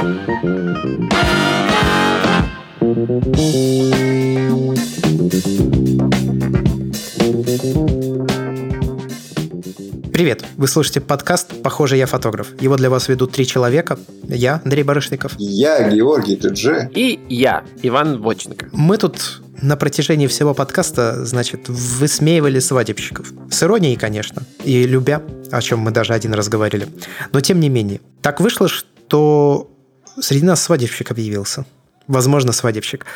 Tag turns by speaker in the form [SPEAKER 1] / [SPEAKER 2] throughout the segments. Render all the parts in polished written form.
[SPEAKER 1] Привет! Вы слушаете подкаст «Похоже, я фотограф». Его для вас ведут 3 человека. Я, Андрей Барышников.
[SPEAKER 2] Я, Георгий Джидже.
[SPEAKER 3] И я, Иван Воченко.
[SPEAKER 1] Мы тут на протяжении всего подкаста, высмеивали свадебщиков. С иронией, конечно, и любя, о чем мы даже один раз говорили. Но тем не менее. Так вышло, что среди нас свадебщик объявился. Возможно, свадебщик.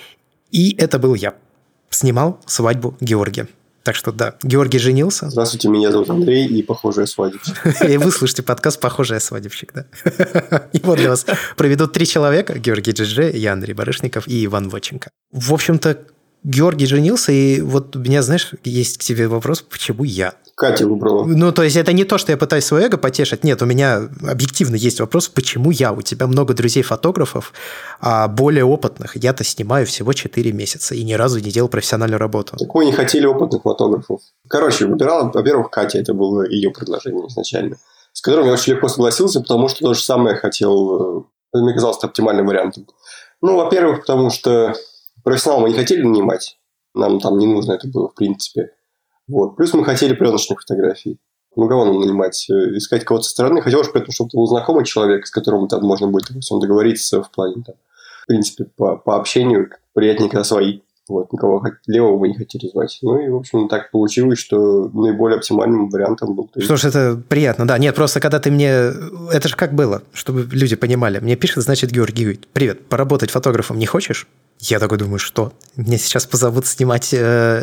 [SPEAKER 1] И это был я. Снимал свадьбу Георгия. Так что да, Георгий женился.
[SPEAKER 2] Здравствуйте, меня зовут Андрей, и похоже, я свадебщик.
[SPEAKER 1] И вы слушаете подкаст «Похоже, я свадебщик», да. Его для вас проведут 3 человека. Георгий Джидже, я, Андрей Барышников и Иван Воченко. В общем-то, Георгий женился, и вот у меня, знаешь, есть к тебе вопрос, почему я?
[SPEAKER 2] Катя выбрала.
[SPEAKER 1] Ну, то есть, это не то, что я пытаюсь свое эго потешить. Нет, у меня объективно есть вопрос, почему я? У тебя много друзей-фотографов, более опытных. Я-то снимаю всего 4 месяца и ни разу не делал профессиональную работу.
[SPEAKER 2] Так вы не хотели опытных фотографов. Короче, выбирала, во-первых, Катя, это было ее предложение изначально, с которым я очень легко согласился, потому что то же самое хотел, мне казалось, это оптимальным вариантом. Ну, во-первых, потому что профессионала мы не хотели нанимать, нам там не нужно это было, в принципе. Вот. Плюс мы хотели пленочных фотографий. Ну, кого нам нанимать? Искать кого-то со стороны. Хотелось при этом, чтобы это был знакомый человек, с которым там можно будет обо всем договориться в плане, там, в принципе, по общению. Приятнее, когда свои. Вот. Никого левого мы не хотели звать. Ну, и, в общем, так получилось, что наиболее оптимальным вариантом был.
[SPEAKER 1] Что ж, это приятно, да. Нет, просто когда ты мне... Это же как было, чтобы люди понимали. Мне пишет, значит, Георгий, привет, поработать фотографом не хочешь? Я такой думаю, что? Меня сейчас позовут снимать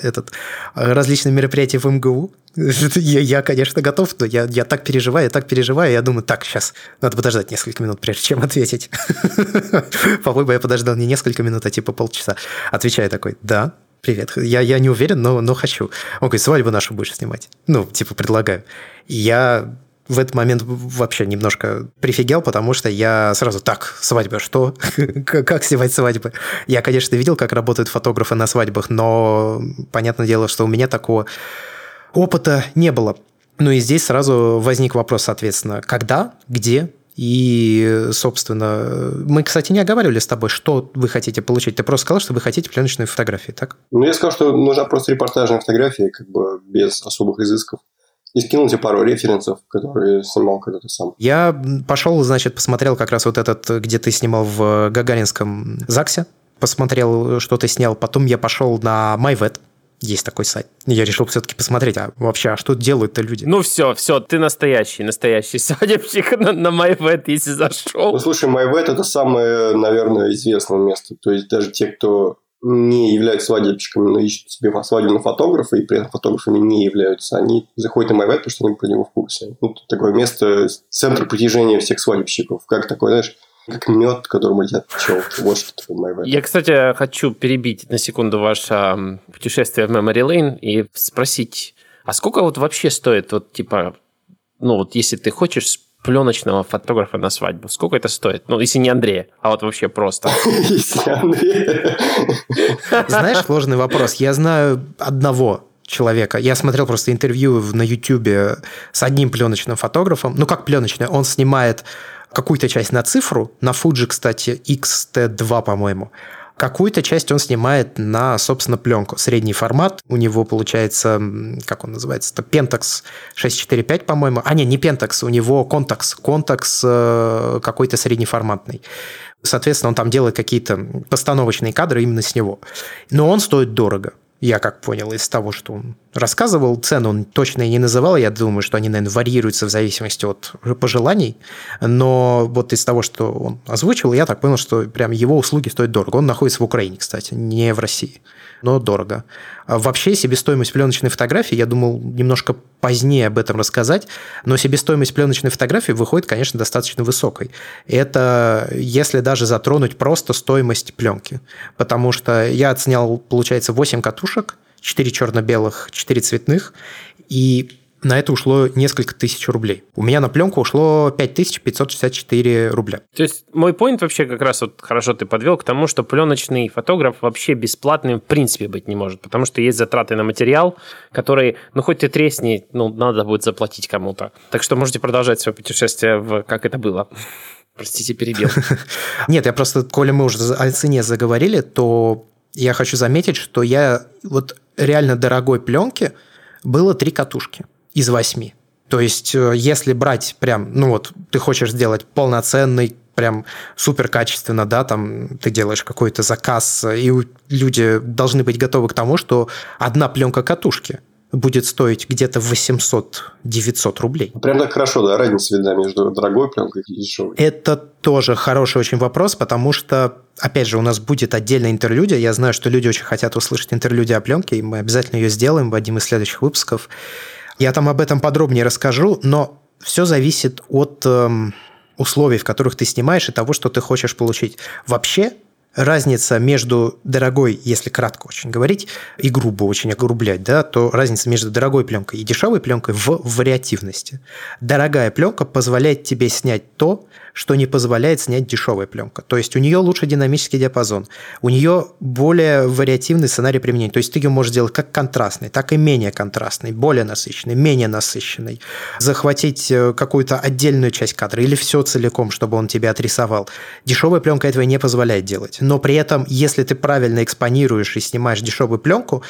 [SPEAKER 1] различные мероприятия в МГУ. Я, конечно, готов, но я так переживаю, я думаю, так, сейчас надо подождать несколько минут, прежде чем ответить. По-моему, я подождал не несколько минут, а типа полчаса. Отвечаю такой, да, привет, я не уверен, но хочу. Он говорит, свадьбу нашу будешь снимать. Ну, типа, предлагаю. И я... В этот момент вообще немножко прифигел, потому что я сразу, так, свадьба, что? Как снимать свадьбы? Я, конечно, видел, как работают фотографы на свадьбах, но понятное дело, что у меня такого опыта не было. Ну и здесь сразу возник вопрос, соответственно, когда, где и, собственно, мы, кстати, не оговаривали с тобой, что вы хотите получить. Ты просто сказал, что вы хотите пленочные фотографии, так?
[SPEAKER 2] Ну, я сказал, что нужна просто репортажная фотография, как бы без особых изысков. И скинул тебе пару референсов, которые снимал когда-то сам.
[SPEAKER 1] Я пошел, значит, посмотрел как раз вот этот, где ты снимал в Гагаринском ЗАГСе. Посмотрел, что ты снял. Потом я пошел на MyVet. Есть такой сайт. Я решил все-таки посмотреть, а что делают-то люди?
[SPEAKER 3] Ну все, ты настоящий свадебщик на MyVet, если зашел.
[SPEAKER 2] Ну, слушай, MyVet – это самое, наверное, известное место. То есть, даже те, кто не являются свадебщиками, но ищут себе свадебного фотографа, и при этом фотографами не являются, они заходят на MyVet, потому что они про него в курсе. Ну, такое место, центр притяжения всех свадебщиков. Как такое, знаешь, как мед, которым летят пчелки. Вот что такое MyVet.
[SPEAKER 3] Я, кстати, хочу перебить на секунду ваше путешествие в Memory Lane и спросить, а сколько вот вообще стоит, вот типа, ну вот если ты хочешь пленочного фотографа на свадьбу. Сколько это стоит? Ну, если не Андрея, а вот вообще просто.
[SPEAKER 2] Если Андрея.
[SPEAKER 1] Знаешь, сложный вопрос. Я знаю одного человека. Я смотрел просто интервью на Ютубе с одним пленочным фотографом. Ну, как пленочный? Он снимает какую-то часть на цифру, на Fuji, кстати, X-T2, по-моему. Какую-то часть он снимает на, собственно, пленку. Средний формат. У него получается, как он называется, это Pentax 645, по-моему. Не Pentax, у него Contax. Contax какой-то среднеформатный. Соответственно, он там делает какие-то постановочные кадры именно с него. Но он стоит дорого. Я как понял из того, что он рассказывал, цену он точно и не называл. Я думаю, что они, наверное, варьируются в зависимости от пожеланий. Но вот из того, что он озвучил, я так понял, что прям его услуги стоят дорого. Он находится в Украине, кстати, не в России, но дорого. Вообще себестоимость пленочной фотографии, я думал немножко позднее об этом рассказать, но себестоимость пленочной фотографии выходит, конечно, достаточно высокой. Это если даже затронуть просто стоимость пленки. Потому что я отснял, получается, 8 катушек, 4 черно-белых, 4 цветных, и на это ушло несколько тысяч рублей. У меня на пленку ушло 5564 рубля.
[SPEAKER 3] То есть мой поинт вообще как раз вот хорошо ты подвел к тому, что пленочный фотограф вообще бесплатным в принципе быть не может, потому что есть затраты на материал, которые, ну хоть ты тресни, ну надо будет заплатить кому-то. Так что можете продолжать свое путешествие в «Как это было». Простите, перебил.
[SPEAKER 1] Нет, я просто, коли мы уже о цене заговорили, то я хочу заметить, что я вот реально дорогой пленки было 3 катушки из 8. То есть, если брать прям, ну вот, ты хочешь сделать полноценный, прям супер качественно, да, там ты делаешь какой-то заказ, и люди должны быть готовы к тому, что одна пленка катушки будет стоить где-то 800-900 рублей.
[SPEAKER 2] Прям так хорошо, да, разница видна между дорогой пленкой и дешевой.
[SPEAKER 1] Это тоже хороший очень вопрос, потому что, опять же, у нас будет отдельная интерлюдия. Я знаю, что люди очень хотят услышать интерлюдию о пленке, и мы обязательно ее сделаем в одном из следующих выпусков. Я там об этом подробнее расскажу, но все зависит от условий, в которых ты снимаешь, и того, что ты хочешь получить. Вообще, разница между дорогой, если кратко очень говорить, и грубо очень огрублять, да, то разница между дорогой пленкой и дешевой пленкой в вариативности. Дорогая пленка позволяет тебе снять то, что не позволяет снять дешевая пленка. То есть у нее лучше динамический диапазон, у нее более вариативный сценарий применения. То есть ты ее можешь делать как контрастный, так и менее контрастный, более насыщенный, менее насыщенный. Захватить какую-то отдельную часть кадра или все целиком, чтобы он тебе отрисовал. Дешевая пленка этого не позволяет делать. Но при этом, если ты правильно экспонируешь и снимаешь дешевую пленку,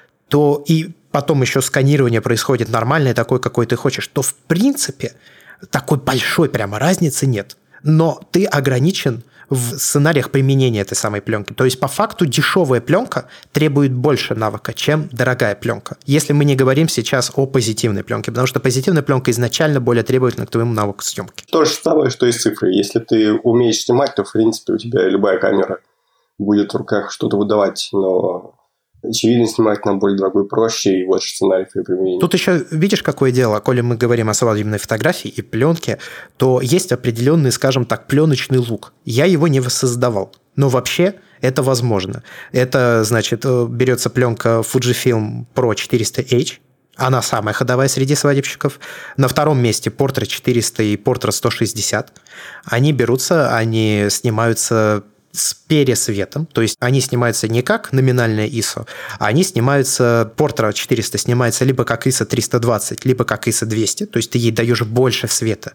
[SPEAKER 1] то и потом еще сканирование происходит нормальное, такое, какой ты хочешь, то в принципе такой большой прямо разницы нет. Но ты ограничен в сценариях применения этой самой пленки. То есть, по факту, дешевая пленка требует больше навыка, чем дорогая пленка. Если мы не говорим сейчас о позитивной пленке, потому что позитивная пленка изначально более требовательна к твоему навыку съемки.
[SPEAKER 2] То же самое, что и с цифрой. Если ты умеешь снимать, то, в принципе, у тебя любая камера будет в руках что-то выдавать, но очевидно, снимать нам более дорогой проще, и вот сценарий при применении.
[SPEAKER 1] Тут еще видишь, какое дело, коли мы говорим о свадебной фотографии и пленке, то есть определенный, скажем так, пленочный лук. Я его не воссоздавал, но вообще это возможно. Это, значит, берется пленка Fujifilm Pro 400H, она самая ходовая среди свадебщиков. На втором месте Portra 400 и Portra 160. Они берутся, они снимаются с пересветом, то есть они снимаются не как номинальная ISO, а они снимаются, Portra 400 снимается либо как ISO 320, либо как ISO 200, то есть ты ей даешь больше света.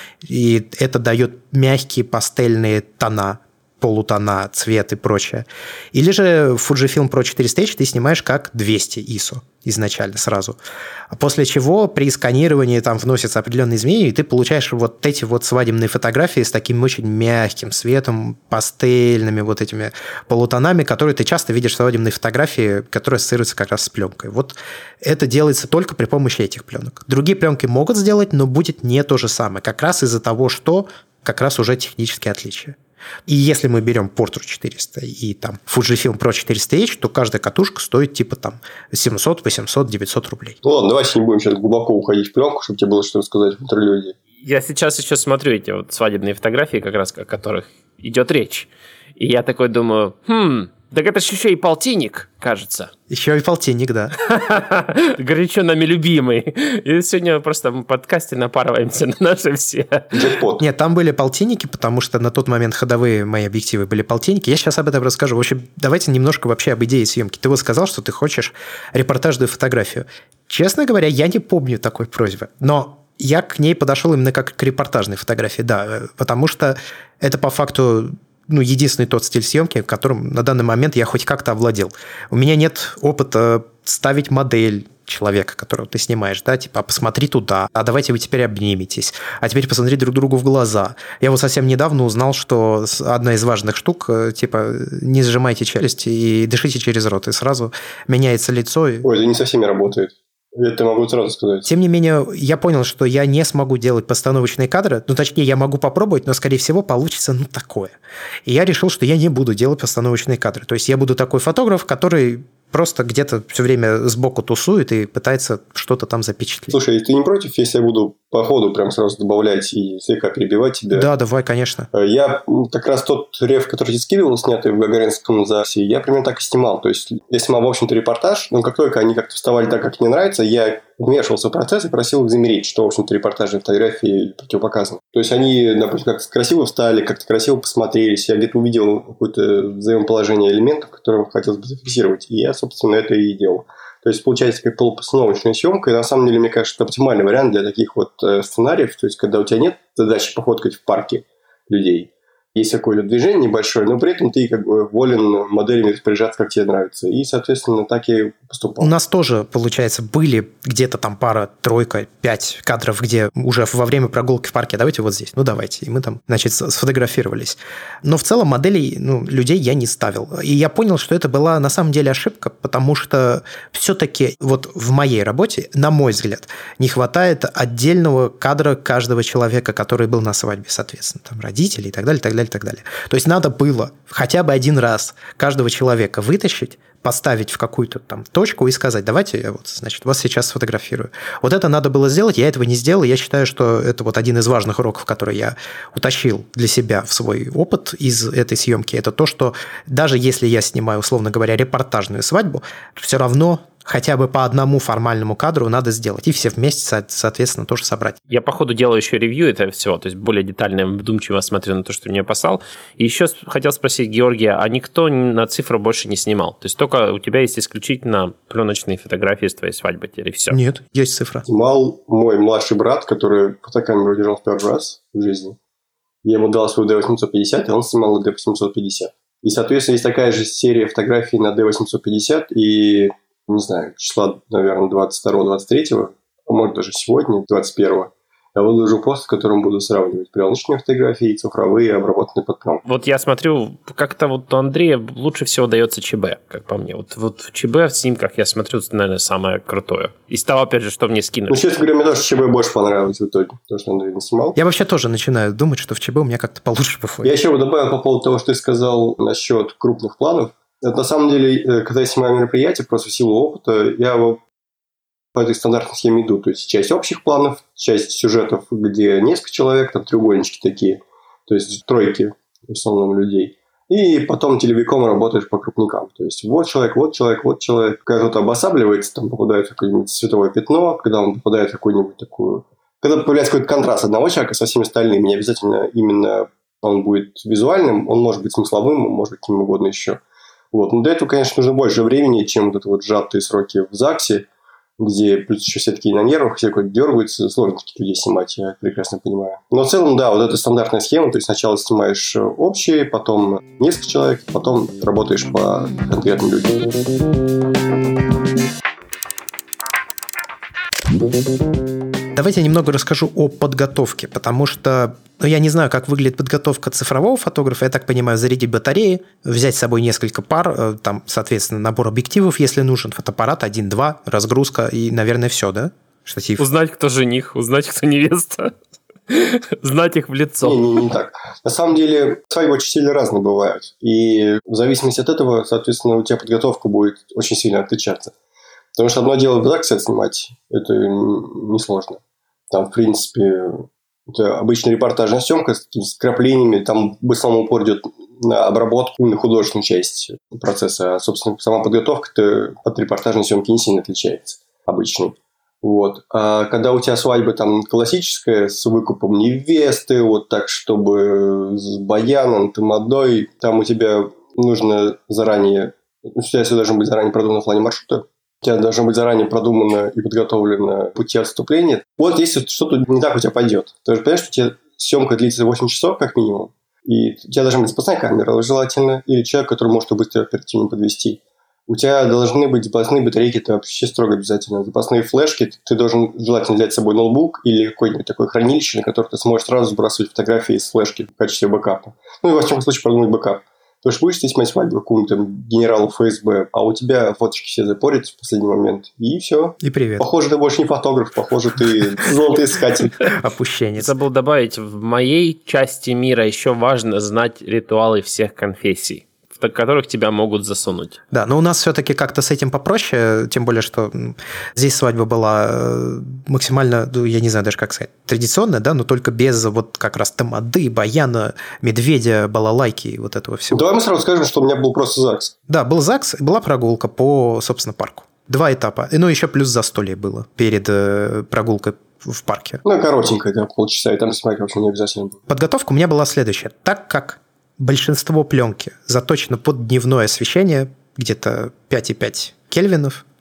[SPEAKER 1] И это дает мягкие пастельные тона, полутона, цвет и прочее. Или же Fujifilm Pro 400H ты снимаешь как 200 ISO изначально сразу. После чего при сканировании там вносятся определенные изменения, и ты получаешь вот эти вот свадебные фотографии с таким очень мягким светом, пастельными вот этими полутонами, которые ты часто видишь в свадебной фотографии, которые ассоциируются как раз с пленкой. Вот это делается только при помощи этих пленок. Другие пленки могут сделать, но будет не то же самое. Как раз из-за того, что как раз уже технические отличия. И если мы берем Portra 400 и там Fujifilm Pro 400H, то каждая катушка стоит типа там 700, 800, 900 рублей.
[SPEAKER 2] Ну ладно, давайте не будем сейчас глубоко уходить в пленку, чтобы тебе было что рассказать в интерлюдии.
[SPEAKER 3] Я сейчас еще смотрю эти вот свадебные фотографии, как раз о которых идет речь. И я такой думаю, так это же еще и полтинник, кажется.
[SPEAKER 1] Еще и полтинник, да.
[SPEAKER 3] Горячо нами любимый. И сегодня просто в подкасте напарываемся на наши все.
[SPEAKER 2] Джекпот.
[SPEAKER 1] Нет, там были полтинники, потому что на тот момент ходовые мои объективы были полтинники. Я сейчас об этом расскажу. В общем, давайте немножко вообще об идее съемки. Ты вот сказал, что ты хочешь репортажную фотографию. Честно говоря, я не помню такой просьбы. Но я к ней подошел именно как к репортажной фотографии, да. Потому что это по факту единственный тот стиль съемки, которым на данный момент я хоть как-то овладел. У меня нет опыта ставить модель человека, которого ты снимаешь, да, типа, посмотри туда, а давайте вы теперь обниметесь, а теперь посмотри друг другу в глаза. Я вот совсем недавно узнал, что одна из важных штук, типа, не сжимайте челюсть и дышите через рот, и сразу меняется лицо.
[SPEAKER 2] Ой, это не со всеми работает. Это могу сразу сказать.
[SPEAKER 1] Тем не менее, я понял, что я не смогу делать постановочные кадры. Точнее, я могу попробовать, но, скорее всего, получится такое. И я решил, что я не буду делать постановочные кадры. То есть я буду такой фотограф, который просто где-то все время сбоку тусует и пытается что-то там запечатлеть.
[SPEAKER 2] Слушай, ты не против, если я буду по ходу прям сразу добавлять и слегка перебивать тебя?
[SPEAKER 1] Да, давай, конечно.
[SPEAKER 2] Я как раз тот рев, который ты скидывал, снятый в Гагаринском ЗАГСе, я примерно так и снимал. То есть я снимал, в общем-то, репортаж, но как только они как-то вставали так, как мне нравится, я вмешивался в процесс и просил их замереть, что, в общем-то, репортажные фотографии противопоказаны. То есть они, допустим, как-то красиво встали, как-то красиво посмотрелись, я где-то увидел какое-то взаимоположение элементов, которые хотелось бы зафиксировать, и я, собственно, это и делал. То есть получается как полупостановочная съемка, и на самом деле, мне кажется, это оптимальный вариант для таких вот сценариев, то есть когда у тебя нет задачи пофоткать в парке, людей. Есть какое-то движение небольшое, но при этом ты как бы волен моделями распоряжаться, как тебе нравится. И, соответственно, так я и поступал.
[SPEAKER 1] У нас тоже, получается, были где-то там пара, тройка, 5 кадров, где уже во время прогулки в парке давайте вот здесь, ну давайте. И мы там, значит, сфотографировались. Но в целом моделей, людей я не ставил. И я понял, что это была на самом деле ошибка, потому что все-таки вот в моей работе, на мой взгляд, не хватает отдельного кадра каждого человека, который был на свадьбе, соответственно, там родители и так далее, так далее. И так далее. То есть надо было хотя бы один раз каждого человека вытащить, поставить в какую-то там точку и сказать, давайте я вот, значит, вас сейчас сфотографирую. Вот это надо было сделать, я этого не сделал, и я считаю, что это вот один из важных уроков, который я утащил для себя в свой опыт из этой съемки. Это то, что даже если я снимаю, условно говоря, репортажную свадьбу, все равно хотя бы по одному формальному кадру надо сделать. И все вместе, соответственно, тоже собрать.
[SPEAKER 3] Я, по ходу, делаю еще ревью этого всего, то есть более детально, вдумчиво смотрю на то, что мне послал. И еще хотел спросить Георгия, а никто на цифру больше не снимал? То есть только у тебя есть исключительно пленочные фотографии с твоей свадьбы теперь, и все?
[SPEAKER 1] Нет, есть цифра.
[SPEAKER 2] Снимал мой младший брат, который фотокамеру держал в первый раз в жизни. Я ему дал свою D850, и он снимал на D850. И, соответственно, есть такая же серия фотографий на D850, и не знаю, числа, наверное, 22-23, а может даже сегодня, 21-го, я выложу пост, в котором буду сравнивать пленочные фотографии, цифровые, обработанные под пленку.
[SPEAKER 3] Вот я смотрю, как-то вот у Андрея лучше всего дается ЧБ, как по мне. Вот в ЧБ в снимках я смотрю, наверное, самое крутое. Из того, опять же, что мне скинули.
[SPEAKER 2] Ну, честно говоря, мне тоже ЧБ больше понравилось в итоге, то, что Андрей не снимал.
[SPEAKER 1] Я вообще тоже начинаю думать, что в ЧБ у меня как-то получше выходит.
[SPEAKER 2] Я еще бы добавил по поводу того, что ты сказал насчет крупных планов. Это, на самом деле, когда я снимаю мероприятие, просто в силу опыта, я по этой стандартной схеме иду. То есть, часть общих планов, часть сюжетов, где несколько человек, там треугольнички такие, то есть, тройки, в основном, людей. И потом телевиком работаешь по крупникам. То есть, вот человек, вот человек, вот человек. Когда кто-то обосабливается, там попадает в какое-нибудь световое пятно, когда он попадает в какую-нибудь такую... Когда появляется какой-то контраст одного человека со всеми остальными, не обязательно именно он будет визуальным, он может быть смысловым, он может быть каким угодно еще. Вот. Но для этого, конечно, нужно больше времени, чем вот это вот сжатые сроки в ЗАГСе, где плюс еще все такие на нервах, все куда-то дергаются, сложно таких людей снимать, я прекрасно понимаю. Но в целом, да, вот это стандартная схема, то есть сначала снимаешь общие, потом несколько человек, потом работаешь по конкретным людям.
[SPEAKER 1] Давайте я немного расскажу о подготовке, потому что я не знаю, как выглядит подготовка цифрового фотографа. Я так понимаю, зарядить батареи, взять с собой несколько пар, там, соответственно, набор объективов, если нужен, фотоаппарат 1-2, разгрузка и, наверное, все, да? Штатив.
[SPEAKER 3] Узнать, кто жених, узнать, кто невеста. Знать их в лицо.
[SPEAKER 2] Не так. На самом деле, свадьбы очень сильно разные бывают. И в зависимости от этого, соответственно, у тебя подготовка будет очень сильно отличаться. Потому что одно дело в ЗАГСе снимать, это несложно. Там, в принципе, это обычная репортажная съемка с краплениями, там в основном упор идет на обработку, на художественную часть процесса. А, собственно, сама подготовка от репортажной съемки не сильно отличается обычной. Вот. А когда у тебя свадьба там классическая, с выкупом невесты, вот так, чтобы с баяном, тамадой, там у тебя нужно заранее, у тебя все должно быть заранее продумано в плане маршрута, у тебя должно быть заранее продумано и подготовлено пути отступления. Вот если что-то не так у тебя пойдет, ты же понимаешь, что у тебя съемка длится 8 часов как минимум, и у тебя должна быть запасная камера желательно, или человек, который может ее быстро оперативно подвести. У тебя должны быть запасные батарейки, это вообще строго обязательно. Запасные флешки, ты должен желательно взять с собой ноутбук или какое-нибудь такое хранилище, на которое ты сможешь сразу сбрасывать фотографии с флешки в качестве бэкапа. Ну и во всяком случае продумать бэкап. То есть будешь ты снимать свадьбу какому-нибудь там генералу ФСБ, а у тебя фоточки все запорятся в последний момент, и все.
[SPEAKER 1] И привет.
[SPEAKER 2] Похоже, ты больше не фотограф, похоже, ты золотоискатель.
[SPEAKER 1] Опущение.
[SPEAKER 3] Забыл добавить, в моей части мира еще важно знать ритуалы всех конфессий, в которых тебя могут засунуть.
[SPEAKER 1] Да, но у нас все-таки как-то с этим попроще, тем более, что здесь свадьба была максимально, я не знаю даже как сказать, традиционная, да, но только без вот как раз тамады, баяна, медведя, балалайки и вот этого всего.
[SPEAKER 2] Давай мы сразу скажем, что у меня был просто ЗАГС.
[SPEAKER 1] Да, был ЗАГС, была прогулка по, собственно, парку. 2 этапа. Ну, еще плюс застолье было перед прогулкой в парке.
[SPEAKER 2] Ну, коротенькая, да, полчаса, и там снимать вообще не обязательно было.
[SPEAKER 1] Подготовка у меня была следующая. Так как большинство пленки заточено под дневное освещение, где-то 5,5 кельвинов,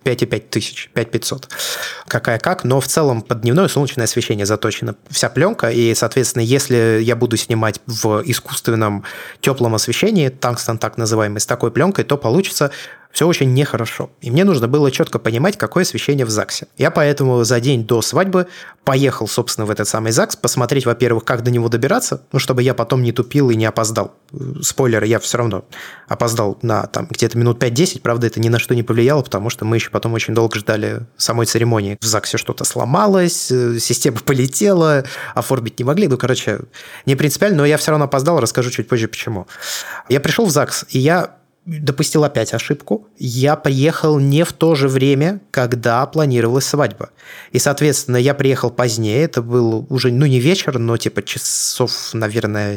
[SPEAKER 1] 5,5 тысяч, 5500. Какая как, но в целом под дневное солнечное освещение заточена вся пленка, и, соответственно, если я буду снимать в искусственном теплом освещении, тангстен так называемый, с такой пленкой, то получится все очень нехорошо. И мне нужно было четко понимать, какое освещение в ЗАГСе. Я поэтому за день до свадьбы поехал, собственно, в этот самый ЗАГС, посмотреть, во-первых, как до него добираться, ну, чтобы я потом не тупил и не опоздал. Спойлер, я все равно опоздал на там где-то минут 5-10, правда, это ни на что не повлияло, потому что мы еще потом очень долго ждали самой церемонии. В ЗАГСе что-то сломалось, система полетела, оформить не могли. Ну, короче, не принципиально, но я все равно опоздал, расскажу чуть позже, почему. Я пришел в ЗАГС, и я допустил опять ошибку. Я приехал не в то же время, когда планировалась свадьба. И, соответственно, я приехал позднее. Это был уже, ну, не вечер, но типа часов, наверное,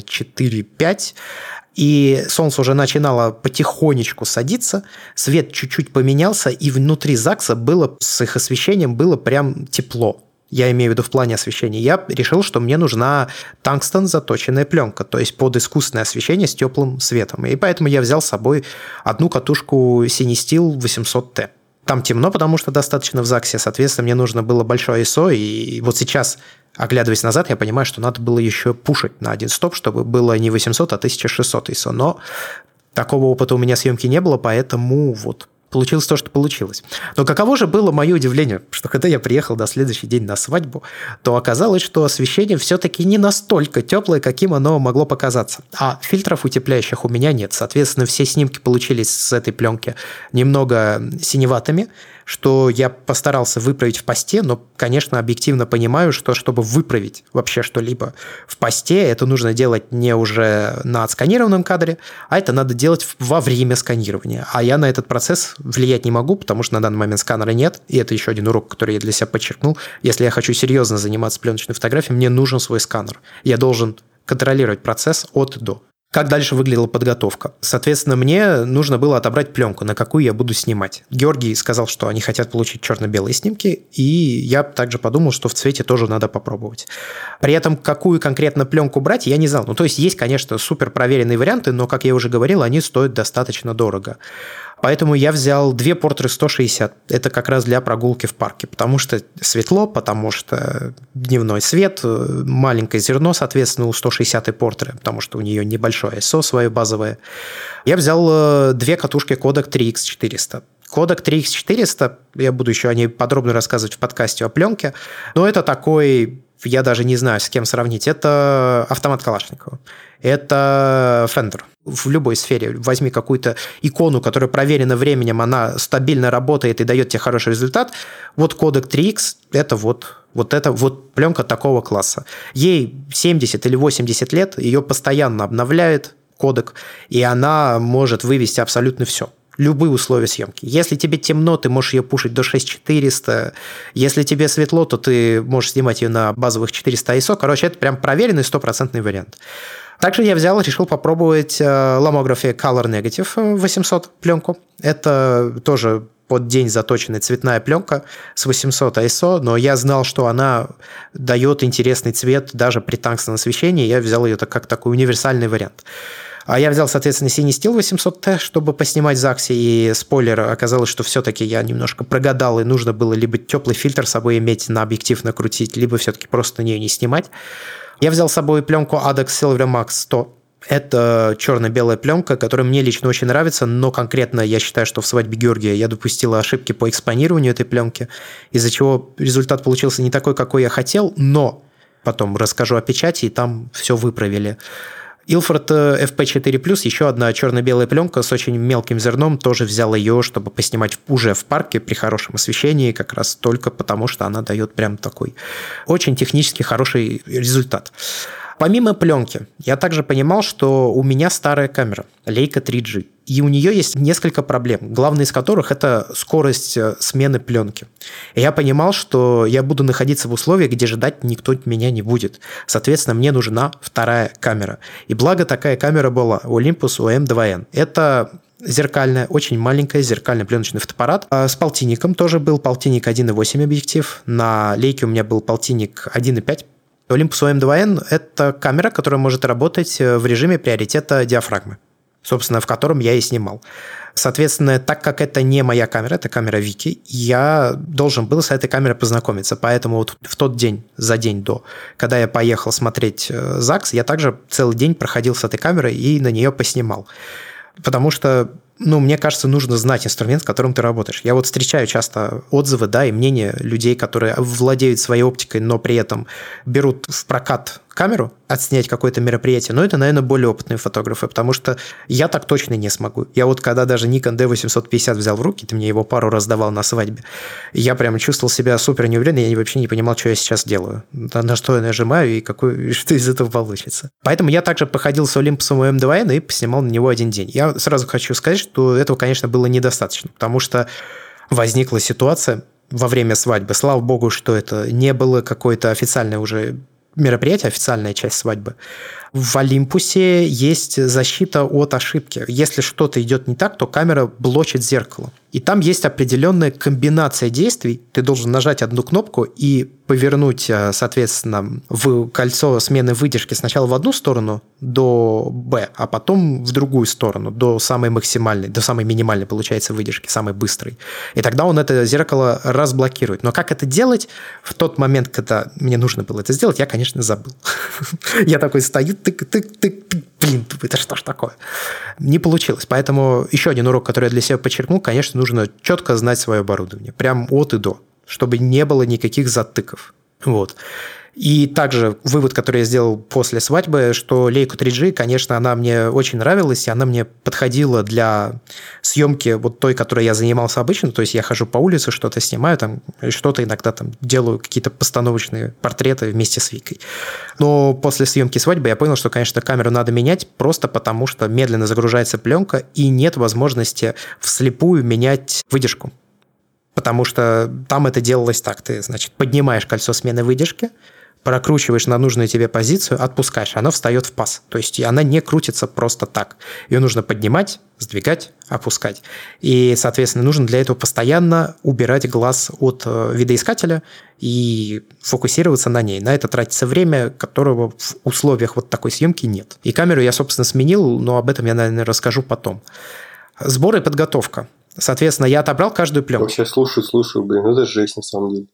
[SPEAKER 1] 4-5. И солнце уже начинало потихонечку садиться, свет чуть-чуть поменялся, и внутри ЗАГСа было, с их освещением было прям тепло. Я имею в виду в плане освещения. Я решил, что мне нужна тангстен заточенная пленка, то есть под искусственное освещение с теплым светом. И поэтому я взял с собой одну катушку Cinestill 800T. Там темно, потому что достаточно в ЗАГСе, соответственно, мне нужно было большое ISO, и вот сейчас, оглядываясь назад, я понимаю, что надо было еще пушить на один стоп, чтобы было не 800, а 1600 ISO, но такого опыта у меня съемки не было, поэтому вот получилось то, что получилось. Но каково же было мое удивление, что когда я приехал на следующий день на свадьбу, то оказалось, что освещение все-таки не настолько теплое, каким оно могло показаться. А фильтров утепляющих у меня нет. Соответственно, все снимки получились с этой пленки немного синеватыми, что я постарался выправить в посте, но, конечно, объективно понимаю, что чтобы выправить вообще что-либо в посте, это нужно делать не уже на отсканированном кадре, а это надо делать во время сканирования. А я на этот процесс влиять не могу, потому что на данный момент сканера нет, и это еще один урок, который я для себя подчеркнул. Если я хочу серьезно заниматься пленочной фотографией, мне нужен свой сканер. Я должен контролировать процесс от и до. Как дальше выглядела подготовка? Соответственно, мне нужно было отобрать пленку, на какую я буду снимать. Георгий сказал, что они хотят получить черно-белые снимки, и я также подумал, что в цвете тоже надо попробовать. При этом, какую конкретно пленку брать, я не знал. Ну, то есть, конечно, супер проверенные варианты, но, как я уже говорил, они стоят достаточно дорого. Поэтому я взял две Портры 160. Это как раз для прогулки в парке, потому что светло, потому что дневной свет, маленькое зерно, соответственно, у 160-й Портры, потому что у нее небольшое ISO свое базовое. Я взял две катушки Kodak 3X400. Kodak 3X400, я буду еще о ней подробно рассказывать в подкасте о пленке, но это такой, я даже не знаю, с кем сравнить, это автомат Калашникова, это Fender. В любой сфере возьми какую-то икону, которая проверена временем, она стабильно работает и дает тебе хороший результат. Вот Kodak 3X – это вот пленка такого класса. Ей 70 или 80 лет, ее постоянно обновляет Kodak, и она может вывести абсолютно все. Любые условия съемки. Если тебе темно, ты можешь ее пушить до 6400. Если тебе светло, то ты можешь снимать ее на базовых 400 ISO. Короче, это прям проверенный 100% вариант. Также я решил попробовать Lomography Color Negative 800 пленку. Это тоже под день заточенная цветная пленка с 800 ISO, но я знал, что она дает интересный цвет даже при тангстенном освещении. Я взял ее как такой универсальный вариант. А я взял, соответственно, Cinestill 800T, чтобы поснимать в ЗАГСе, и спойлер, оказалось, что все-таки я немножко прогадал, и нужно было либо теплый фильтр с собой иметь, на объектив накрутить, либо все-таки просто на нее не снимать. Я взял с собой пленку Adox Silver Max 100. Это черно-белая пленка, которая мне лично очень нравится, но конкретно я считаю, что в свадьбе Георгия я допустил ошибки по экспонированию этой пленки, из-за чего результат получился не такой, какой я хотел, но потом расскажу о печати, и там все выправили. Ilford FP4+, еще одна черно-белая пленка с очень мелким зерном, тоже взял ее, чтобы поснимать уже в парке при хорошем освещении, как раз только потому, что она дает прям такой очень технически хороший результат. Помимо пленки, я также понимал, что у меня старая камера Leica 3G, и у нее есть несколько проблем, главная из которых – это скорость смены пленки. И я понимал, что я буду находиться в условиях, где ждать никто меня не будет. Соответственно, мне нужна вторая камера. И благо такая камера была Olympus OM2N. Это зеркальная, очень маленькая зеркальный пленочный фотоаппарат. С полтинником тоже был полтинник 1.8 объектив. На Leica у меня был полтинник 1.5. Olympus OM2N – это камера, которая может работать в режиме приоритета диафрагмы. собственно, в котором я и снимал. Соответственно, так как это не моя камера, это камера Вики, я должен был с этой камерой познакомиться. Поэтому вот в тот день, за день до, когда я поехал смотреть ЗАГС, я также целый день проходил с этой камерой и на нее поснимал. Потому что, мне кажется, нужно знать инструмент, с которым ты работаешь. Я вот встречаю часто отзывы, да, и мнения людей, которые владеют своей оптикой, но при этом берут в прокат камеру, отснять какое-то мероприятие, но это, наверное, более опытные фотографы, потому что я так точно не смогу. Я вот когда даже Nikon D850 взял в руки, ты мне его пару раз давал на свадьбе, я прям чувствовал себя супер неуверенно, я вообще не понимал, что я сейчас делаю, на что я нажимаю и что из этого получится. Поэтому я также походил с Olympus M2N и поснимал на него один день. Я сразу хочу сказать, что этого, конечно, было недостаточно, потому что возникла ситуация во время свадьбы. Слава богу, что это не было какое-то официальное уже мероприятие, официальная часть свадьбы. В Олимпусе есть защита от ошибки. Если что-то идет не так, то камера блочит зеркало. И там есть определенная комбинация действий. Ты должен нажать одну кнопку и повернуть, соответственно, в кольцо смены выдержки сначала в одну сторону до B, а потом в другую сторону, до самой максимальной, до самой минимальной, получается, выдержки, самой быстрой. И тогда он это зеркало разблокирует. Но как это делать? В тот момент, когда мне нужно было это сделать, я, конечно, забыл. Я такой стою, блин, это что ж такое? Не получилось. Поэтому еще один урок, который я для себя подчеркнул, конечно, нужно четко знать свое оборудование. Прям от и до, чтобы не было никаких затыков. Вот. И также вывод, который я сделал после свадьбы, что Leica 3G, конечно, она мне очень нравилась, и она мне подходила для съемки вот той, которой я занимался обычно, то есть я хожу по улице, что-то снимаю, там, что-то иногда там делаю, какие-то постановочные портреты вместе с Викой. Но после съемки свадьбы я понял, что, конечно, камеру надо менять просто потому, что медленно загружается пленка, и нет возможности вслепую менять выдержку. Потому что там это делалось так. Ты, значит, поднимаешь кольцо смены выдержки, прокручиваешь на нужную тебе позицию, отпускаешь, оно встает в паз. То есть она не крутится просто так. Ее нужно поднимать, сдвигать, опускать. И, соответственно, нужно для этого постоянно убирать глаз от видоискателя и фокусироваться на ней. На это тратится время, которого в условиях вот такой съемки нет. И камеру я, собственно, сменил, но об этом я, наверное, расскажу потом. Сбор и подготовка. Соответственно, я отобрал каждую пленку.
[SPEAKER 2] Вообще слушаю, блин, это жесть на самом деле.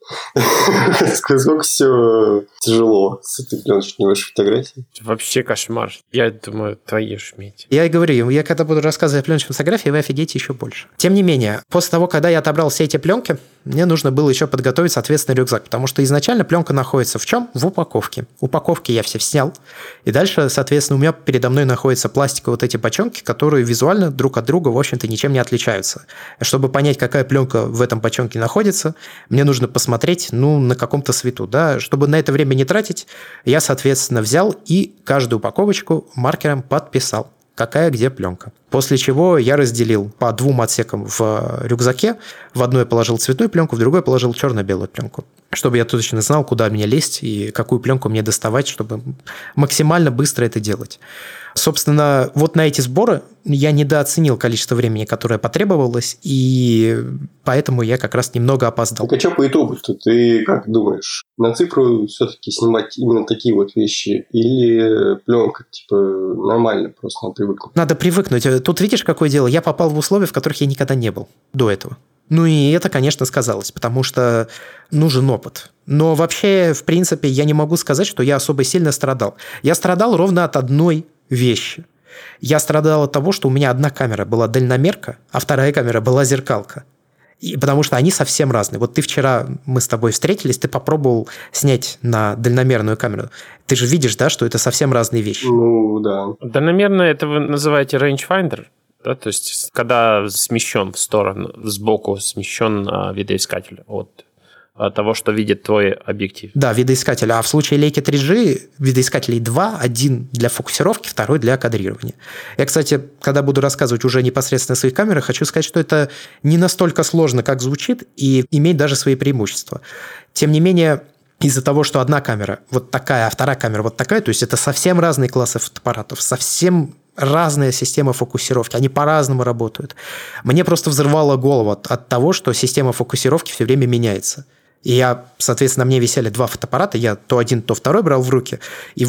[SPEAKER 2] Сколько все тяжело с этой пленочной вашей фотографией.
[SPEAKER 3] Вообще кошмар. Я думаю, твои шметь.
[SPEAKER 1] Я и говорю, я когда буду рассказывать о пленочной фотографии, вы офигеете еще больше. Тем не менее, после того, когда я отобрал все эти пленки, мне нужно было еще подготовить, соответственно, рюкзак, потому что изначально пленка находится в чем? В упаковке. Упаковки я все снял, и дальше, соответственно, у меня передо мной находятся пластиковые вот эти бочонки, которые визуально друг от друга, в общем-то, ничем не отличаются. Чтобы понять, какая пленка в этом бочонке находится, мне нужно посмотреть, на каком-то свету, да, чтобы на это время не тратить, я, соответственно, взял и каждую упаковочку маркером подписал, какая где пленка. После чего я разделил по 2 отсекам в рюкзаке. В одной я положил цветную пленку, в другой положил черно-белую пленку. Чтобы я точно знал, куда мне лезть и какую пленку мне доставать, чтобы максимально быстро это делать. Собственно, вот на эти сборы я недооценил количество времени, которое потребовалось, и поэтому я как раз немного опоздал.
[SPEAKER 2] Так а что по итогу-то? Ты как думаешь, на цифру все-таки снимать именно такие вот вещи или пленка, нормально, просто надо привыкнуть?
[SPEAKER 1] Надо привыкнуть. Тут видишь, какое дело? Я попал в условия, в которых я никогда не был до этого. И это, конечно, сказалось, потому что нужен опыт. Но вообще, в принципе, я не могу сказать, что я особо сильно страдал. Я страдал ровно от одной вещи. Я страдал от того, что у меня одна камера была дальномерка, а вторая камера была зеркалка. И потому что они совсем разные. Вот ты вчера, мы с тобой встретились, ты попробовал снять на дальномерную камеру. Ты же видишь, да, что это совсем разные вещи.
[SPEAKER 2] Да.
[SPEAKER 3] Дальномерная, это вы называете rangefinder? Да, то есть, когда смещен в сторону, сбоку смещен видоискатель от того, что видит твой объектив.
[SPEAKER 1] Да, видоискатель. А в случае Leica 3G видоискателей 2, один для фокусировки, второй для кадрирования. Я, кстати, когда буду рассказывать уже непосредственно о своих камерах, хочу сказать, что это не настолько сложно, как звучит, и имеет даже свои преимущества. Тем не менее, из-за того, что одна камера вот такая, а вторая камера вот такая, то есть это совсем разные классы фотоаппаратов, совсем разная система фокусировки, они по-разному работают. Мне просто взрывало голову от того, что система фокусировки все время меняется. И соответственно, мне висели 2 фотоаппарата, я то один, то второй брал в руки, и вот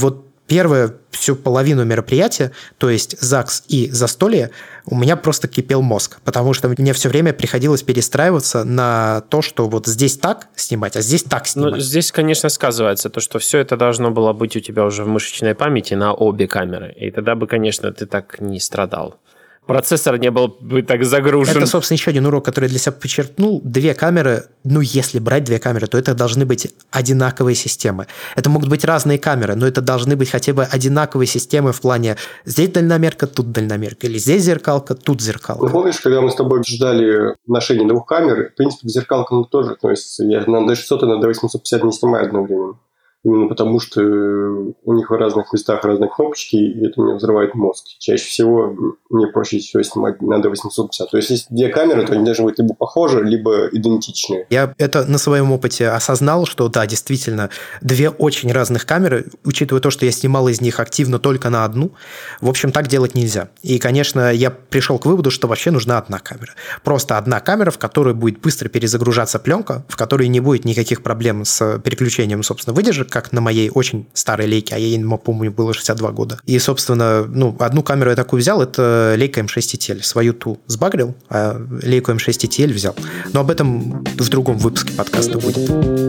[SPEAKER 1] Первую всю половину мероприятия, то есть ЗАГС и застолье, у меня просто кипел мозг, потому что мне все время приходилось перестраиваться на то, что вот здесь так снимать, а здесь так снимать.
[SPEAKER 3] Ну, здесь, конечно, сказывается то, что все это должно было быть у тебя уже в мышечной памяти на обе камеры, и тогда бы, конечно, ты так не страдал. Процессор не был бы так загружен.
[SPEAKER 1] Это, собственно, еще один урок, который я для себя подчеркнул. Две камеры, если брать две камеры, то это должны быть одинаковые системы. Это могут быть разные камеры, но это должны быть хотя бы одинаковые системы в плане здесь дальномерка, тут дальномерка, или здесь зеркалка, тут зеркалка.
[SPEAKER 2] Ну, помнишь, когда мы с тобой обсуждали ношение двух камер, в принципе, к зеркалкам тоже относится. Я на D600 и на D850 не снимаю одновременно. Именно потому, что у них в разных местах разные кнопочки, и это мне взрывает мозг. Чаще всего мне проще всего снимать на D850. То есть, если две камеры, то они должны быть либо похожи, либо идентичные.
[SPEAKER 1] Я это на своем опыте осознал, что да, действительно, две очень разных камеры, учитывая то, что я снимал из них активно только на одну, в общем, так делать нельзя. И, конечно, я пришел к выводу, что вообще нужна одна камера. Просто одна камера, в которой будет быстро перезагружаться пленка, в которой не будет никаких проблем с переключением, собственно, выдержек, как на моей очень старой лейке, а ей, помню, было 62 года. И, собственно, одну камеру я такую взял, это Leica M6 ETL. Свою ту сбагрил, а Leica M6 ETL взял. Но об этом в другом выпуске подкаста будет.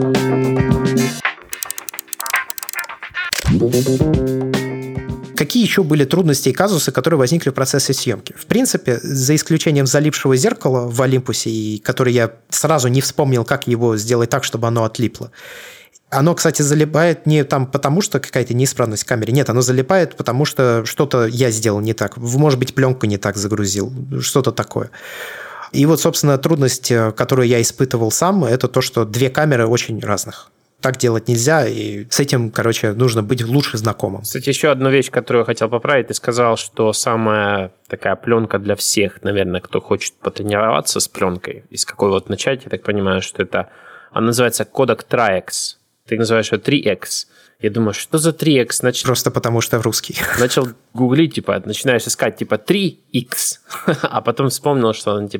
[SPEAKER 1] Какие еще были трудности и казусы, которые возникли в процессе съемки? В принципе, за исключением залипшего зеркала в Олимпусе, и который я сразу не вспомнил, как его сделать так, чтобы оно отлипло. Оно, кстати, залипает не там потому, что какая-то неисправность в камере. Нет, оно залипает, потому что что-то я сделал не так. Может быть, пленку не так загрузил. Что-то такое. И вот, собственно, трудность, которую я испытывал сам, это то, что две камеры очень разных. Так делать нельзя, и с этим, нужно быть лучше знакомым.
[SPEAKER 3] Кстати, еще одну вещь, которую я хотел поправить. Ты сказал, что самая такая пленка для всех, наверное, кто хочет потренироваться с пленкой. И с какой вот начать, я так понимаю, что это... Она называется Kodak Tri-X. Ты называешь ее 3X. Я думаю, что за 3X?
[SPEAKER 1] Просто потому, что русский.
[SPEAKER 3] Начал гуглить, начинаешь искать, 3X, а потом вспомнил, что он,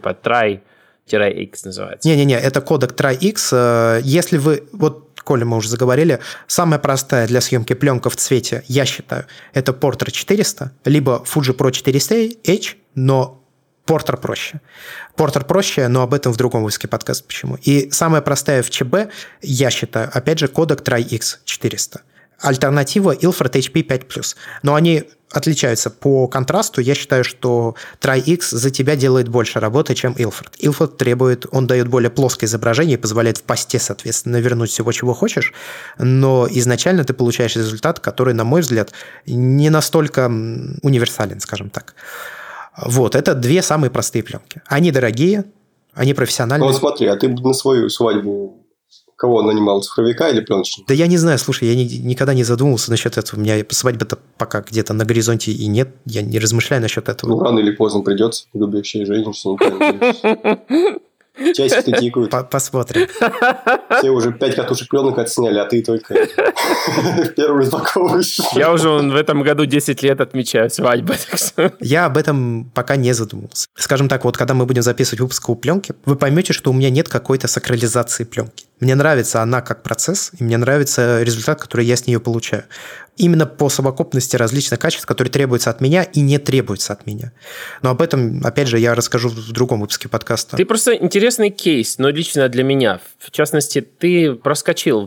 [SPEAKER 3] Tri-X называется.
[SPEAKER 1] Не-не-не, это Kodak Tri-X. Если вы, коли мы уже заговорили, самая простая для съемки пленка в цвете, я считаю, это Portra 400, либо Fuji Pro 400H, но Portra проще. Portra проще, но об этом в другом выпуске подкаста почему. И самая простая в ЧБ, я считаю, опять же, Kodak Tri-X 400. Альтернатива Ilford HP 5+. Но они отличаются по контрасту. Я считаю, что Tri-X за тебя делает больше работы, чем Ilford. Ilford он дает более плоское изображение и позволяет в посте, соответственно, навернуть всего, чего хочешь. Но изначально ты получаешь результат, который, на мой взгляд, не настолько универсален, скажем так. Это две самые простые пленки. Они дорогие, они профессиональные.
[SPEAKER 2] Ну, смотри, а ты на свою свадьбу кого нанимал, цифровика или пленочника?
[SPEAKER 1] Да я не знаю, слушай, я никогда не задумывался насчет этого. У меня свадьба-то пока где-то на горизонте и нет. Я не размышляю насчет этого.
[SPEAKER 2] Ну, рано или поздно придется. Любящие женщины, никогда. Часики-то тикают.
[SPEAKER 1] Посмотрим.
[SPEAKER 2] Все уже 5 катушек пленок отсняли, а ты только первый распаковываешь.
[SPEAKER 3] Я уже в этом году 10 лет отмечаю свадьбу.
[SPEAKER 1] Я об этом пока не задумывался. Скажем так, когда мы будем записывать выпуск у пленки, вы поймете, что у меня нет какой-то сакрализации пленки. Мне нравится она как процесс, и мне нравится результат, который я с нее получаю. Именно по совокупности различных качеств, которые требуются от меня и не требуются от меня. Но об этом, опять же, я расскажу в другом выпуске подкаста.
[SPEAKER 3] Ты просто интересный кейс, но лично для меня. В частности, ты проскочил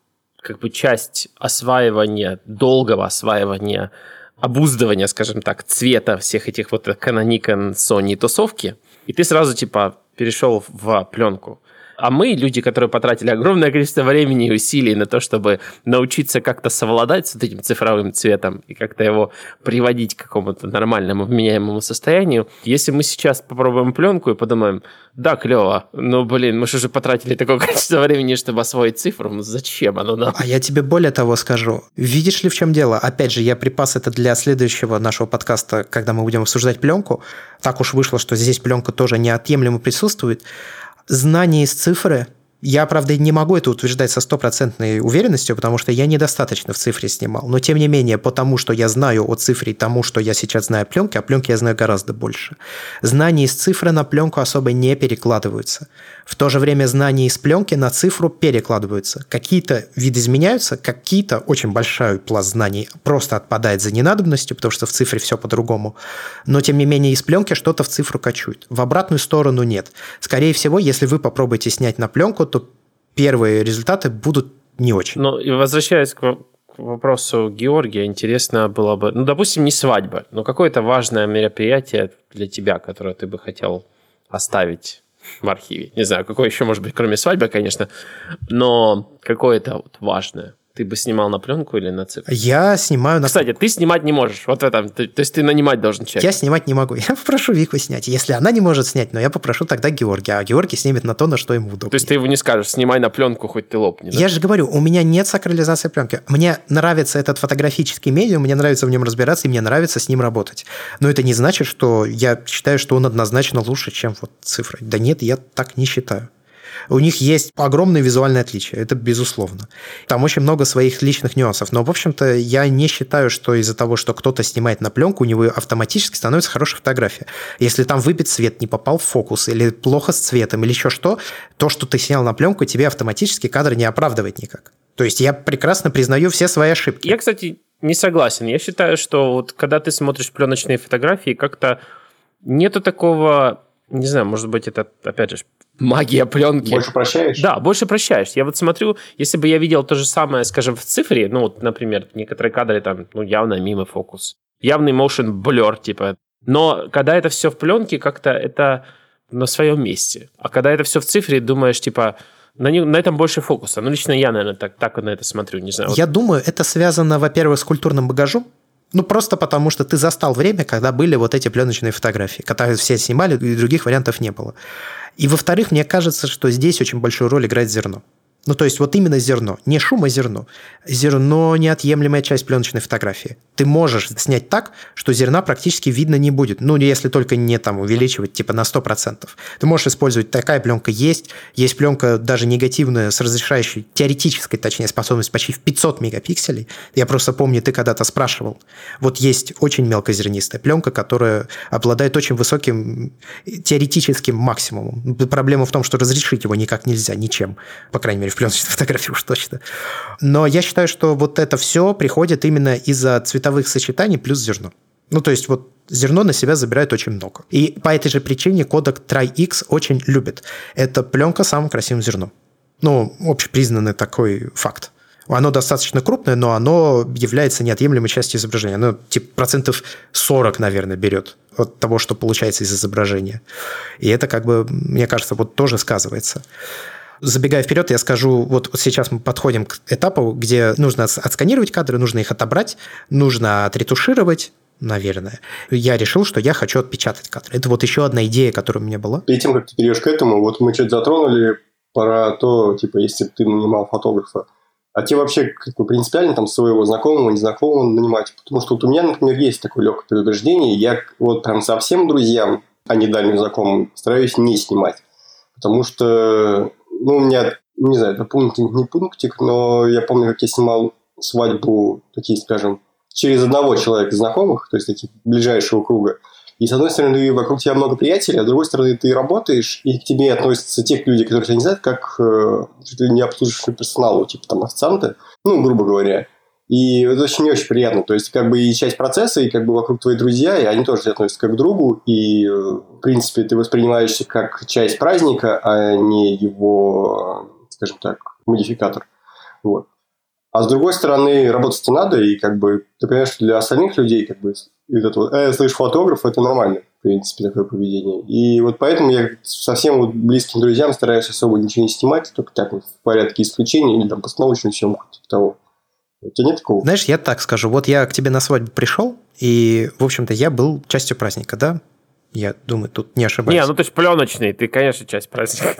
[SPEAKER 3] часть осваивания, долгого осваивания, обуздывания, скажем так, цвета всех этих Canon, Nikon, Sony тусовки, и ты сразу перешел в пленку. А мы, люди, которые потратили огромное количество времени и усилий на то, чтобы научиться как-то совладать с этим цифровым цветом и как-то его приводить к какому-то нормальному, вменяемому состоянию, если мы сейчас попробуем пленку и подумаем, да, клево, мы же уже потратили такое количество времени, чтобы освоить цифру, зачем оно нам?
[SPEAKER 1] А я тебе более того скажу. Видишь ли, в чем дело? Опять же, я припас это для следующего нашего подкаста, когда мы будем обсуждать пленку. Так уж вышло, что здесь пленка тоже неотъемлемо присутствует. Знание из цифры, я, правда, не могу это утверждать со 100% уверенностью, потому что я недостаточно в цифре снимал. Но, тем не менее, потому что я знаю о цифре и тому, что я сейчас знаю о пленке, а пленки я знаю гораздо больше. Знания из цифры на пленку особо не перекладываются. В то же время знания из пленки на цифру перекладываются. Какие-то видоизменяются, какие-то очень большой пласт знаний просто отпадает за ненадобностью, потому что в цифре все по-другому. Но, тем не менее, из пленки что-то в цифру качуют. В обратную сторону нет. Скорее всего, если вы попробуете снять на пленку, то первые результаты будут не очень.
[SPEAKER 3] Ну, и возвращаясь к вопросу Георгия, интересно было бы, допустим, не свадьба, но какое-то важное мероприятие для тебя, которое ты бы хотел оставить в архиве. Не знаю, какое еще может быть, кроме свадьбы, конечно, но какое-то вот важное. Ты бы снимал на пленку или на цифру?
[SPEAKER 1] Я снимаю на...
[SPEAKER 3] Кстати, ты снимать не можешь. Вот в этом. То есть ты нанимать должен человека.
[SPEAKER 1] Я снимать не могу. Я попрошу Вику снять. Если она не может снять, но я попрошу тогда Георгия. А Георгий снимет на то, на что ему удобно.
[SPEAKER 3] То есть ты его не скажешь, снимай на пленку, хоть ты лопни. Да?
[SPEAKER 1] Я же говорю, у меня нет сакрализации пленки. Мне нравится этот фотографический медиум, мне нравится в нем разбираться, и мне нравится с ним работать. Но это не значит, что я считаю, что он однозначно лучше, чем вот цифры. Да нет, я так не считаю. У них есть огромные визуальные отличия, это безусловно. Там очень много своих личных нюансов, но, в общем-то, я не считаю, что из-за того, что кто-то снимает на пленку, у него автоматически становится хорошая фотография. Если там выбит свет, не попал в фокус, или плохо с цветом, или еще что, то, что ты снял на пленку, тебе автоматически кадр не оправдывает никак. То есть я прекрасно признаю все свои ошибки.
[SPEAKER 3] Я, кстати, не согласен. Я считаю, что вот когда ты смотришь пленочные фотографии, как-то нету такого... Не знаю, может быть, это, опять же, магия пленки.
[SPEAKER 2] Больше прощаешь?
[SPEAKER 3] Да, больше прощаешь. Я вот смотрю, если бы я видел то же самое, скажем, в цифре, ну, вот, например, некоторые кадры там, ну, явно мимо фокус, явный motion blur, типа. Но когда это все в пленке, как-то это на своем месте. А когда это все в цифре, думаешь, типа, на этом больше фокуса. Ну, лично я, наверное, так на это смотрю, не знаю.
[SPEAKER 1] Я думаю, это связано, во-первых, с культурным багажом. Ну, просто потому, что ты застал время, когда были вот эти пленочные фотографии, которые все снимали, и других вариантов не было. И, во-вторых, мне кажется, что здесь очень большую роль играет зерно. Ну, то есть вот именно зерно. Не шум, а зерно. Зерно – неотъемлемая часть пленочной фотографии. Ты можешь снять так, что зерна практически видно не будет. Ну, если только не там увеличивать типа на 100%. Ты можешь использовать, такая пленка есть. Есть пленка даже негативная с разрешающей, теоретической, точнее, способностью почти в 500 мегапикселей. Я просто помню, ты когда-то спрашивал. Вот есть очень мелкозернистая пленка, которая обладает очень высоким теоретическим максимумом. Проблема в том, что разрешить его никак нельзя, ничем. По крайней мере, в пленочной фотографии уж точно. Но я считаю, что вот это все приходит именно из-за цветовых сочетаний плюс зерно. Ну, то есть вот зерно на себя забирает очень много. И по этой же причине кодек Tri-X очень любит. Это пленка с самым красивым зерном. Ну, общепризнанный такой факт. Оно достаточно крупное, но оно является неотъемлемой частью изображения. Оно типа 40%, наверное, берет от того, что получается из изображения. И это как бы, мне кажется, вот тоже сказывается. Забегая вперед, я скажу, вот сейчас мы подходим к этапу, где нужно отсканировать кадры, нужно их отобрать, нужно отретушировать, наверное. Я решил, что я хочу отпечатать кадры. Это вот еще одна идея, которая у меня была.
[SPEAKER 2] Перед тем, как ты перейдешь к этому, вот мы что-то затронули про то, типа, если ты нанимал фотографа, а тебе вообще как бы принципиально там своего знакомого, незнакомого нанимать? Потому что вот у меня, например, есть такое легкое предупреждение, я вот прям совсем друзьям, а не дальним знакомым, стараюсь не снимать. Потому что, ну, у меня, не знаю, это не пунктик, но я помню, как я снимал свадьбу, такие, скажем, через одного человека знакомых, то есть таких ближайшего круга. И, с одной стороны, вокруг тебя много приятелей, а с другой стороны, ты работаешь, и к тебе относятся те люди, которые тебя не знают, как ты не обслуживающий персоналу, типа там официанты, ну, грубо говоря. И это очень не очень приятно. То есть, как бы и часть процесса, и как бы вокруг твои друзья, и они тоже тебя относятся как к другу, и, в принципе, ты воспринимаешься как часть праздника, а не его, скажем так, модификатор. Вот. А с другой стороны, работать-то надо, и как бы ты понимаешь, что для остальных людей, как бы, и вот это вот, слышь, фотограф, это нормально, в принципе, такое поведение. И вот поэтому я совсем вот близким друзьям стараюсь особо ничего не снимать, только так вот в порядке исключения, или там постановочную съемку, типа того. У тебя нет такого?
[SPEAKER 1] Знаешь, я так скажу. Вот я к тебе на свадьбу пришел, и, в общем-то, я был частью праздника, да? Я думаю, тут не ошибаюсь.
[SPEAKER 3] Не, ну ты же пленочный, ты, конечно, часть праздника.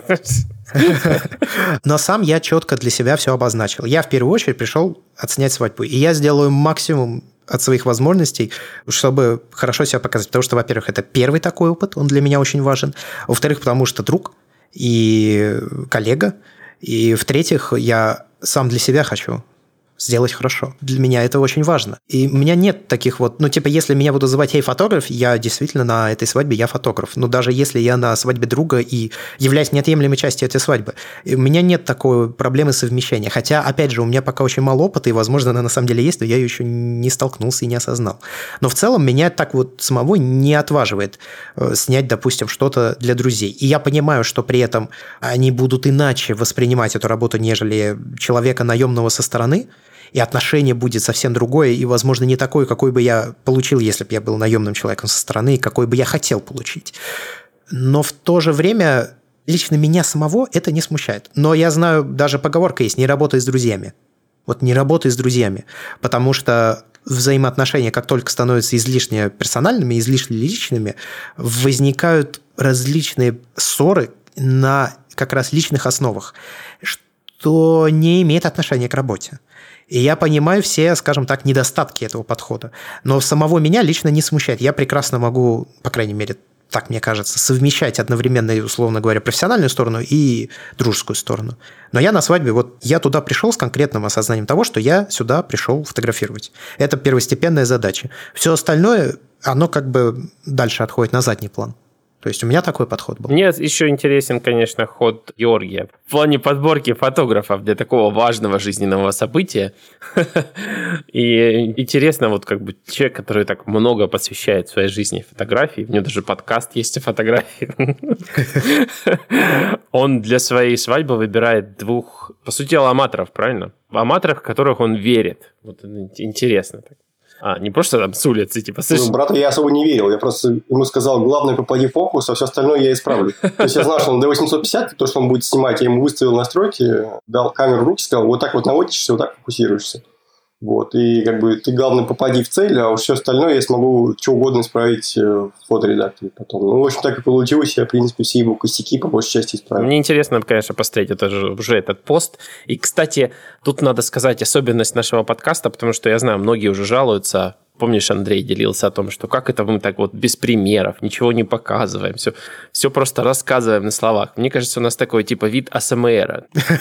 [SPEAKER 1] Но сам я четко для себя все обозначил. Я в первую очередь пришел отснять свадьбу, и я сделаю максимум от своих возможностей, чтобы хорошо себя показать. Потому что, во-первых, это первый такой опыт, он для меня очень важен. Во-вторых, потому что друг и коллега. И в-третьих, я сам для себя хочу сделать хорошо. Для меня это очень важно. И у меня нет таких вот... Ну, типа, если меня будут называть «Эй, фотограф», я действительно на этой свадьбе я фотограф. Но даже если я на свадьбе друга и являюсь неотъемлемой частью этой свадьбы, у меня нет такой проблемы совмещения. Хотя, опять же, у меня пока очень мало опыта, и, возможно, она на самом деле есть, но я ее еще не столкнулся и не осознал. Но в целом меня так вот самого не отваживает снять, допустим, что-то для друзей. И я понимаю, что при этом они будут иначе воспринимать эту работу, нежели человека наемного со стороны, и отношение будет совсем другое, и, возможно, не такое, какое бы я получил, если бы я был наемным человеком со стороны, и какой бы я хотел получить. Но в то же время лично меня самого это не смущает. Но я знаю, даже поговорка есть: не работай с друзьями. Вот не работай с друзьями, потому что взаимоотношения, как только становятся излишне персональными, излишне личными, возникают различные ссоры на как раз личных основах, что не имеет отношения к работе. И я понимаю все, скажем так, недостатки этого подхода. Но самого меня лично не смущает. Я прекрасно могу, по крайней мере, так мне кажется, совмещать одновременно, условно говоря, профессиональную сторону и дружескую сторону. Но я на свадьбе, вот я туда пришел с конкретным осознанием того, что я сюда пришел фотографировать. Это первостепенная задача. Все остальное, оно как бы дальше отходит на задний план. То есть у меня такой подход был.
[SPEAKER 3] Мне еще интересен, конечно, ход Георгия в плане подборки фотографов для такого важного жизненного события. И интересно, вот как бы человек, который так много посвящает своей жизни фотографии, у него даже подкаст есть о фотографии, он для своей свадьбы выбирает двух, по сути дела, аматоров, правильно? Аматоров, в которых он верит. Вот интересно так. Не просто там с улицы, типа, слышишь?
[SPEAKER 2] Ну, брата я особо не верил. Я просто ему сказал: главное, попади в фокус, а все остальное я исправлю. То есть я знал, что он D850, то, что он будет снимать, я ему выставил настройки, дал камеру в руки, сказал: вот так вот наводишься, вот так фокусируешься. Вот. И как бы ты, главное, попади в цель, а уж все остальное я смогу что угодно исправить в фоторедакторе потом. Ну, в общем, так и получилось. Я, в принципе, все его косяки по большей части исправил.
[SPEAKER 3] Мне интересно, конечно, посмотреть это же, уже этот пост. И, кстати, тут надо сказать особенность нашего подкаста, потому что я знаю, многие уже жалуются. Помнишь, Андрей делился о том, что как это мы так вот без примеров, ничего не показываем, все просто рассказываем на словах. Мне кажется, у нас такой типа вид АСМР.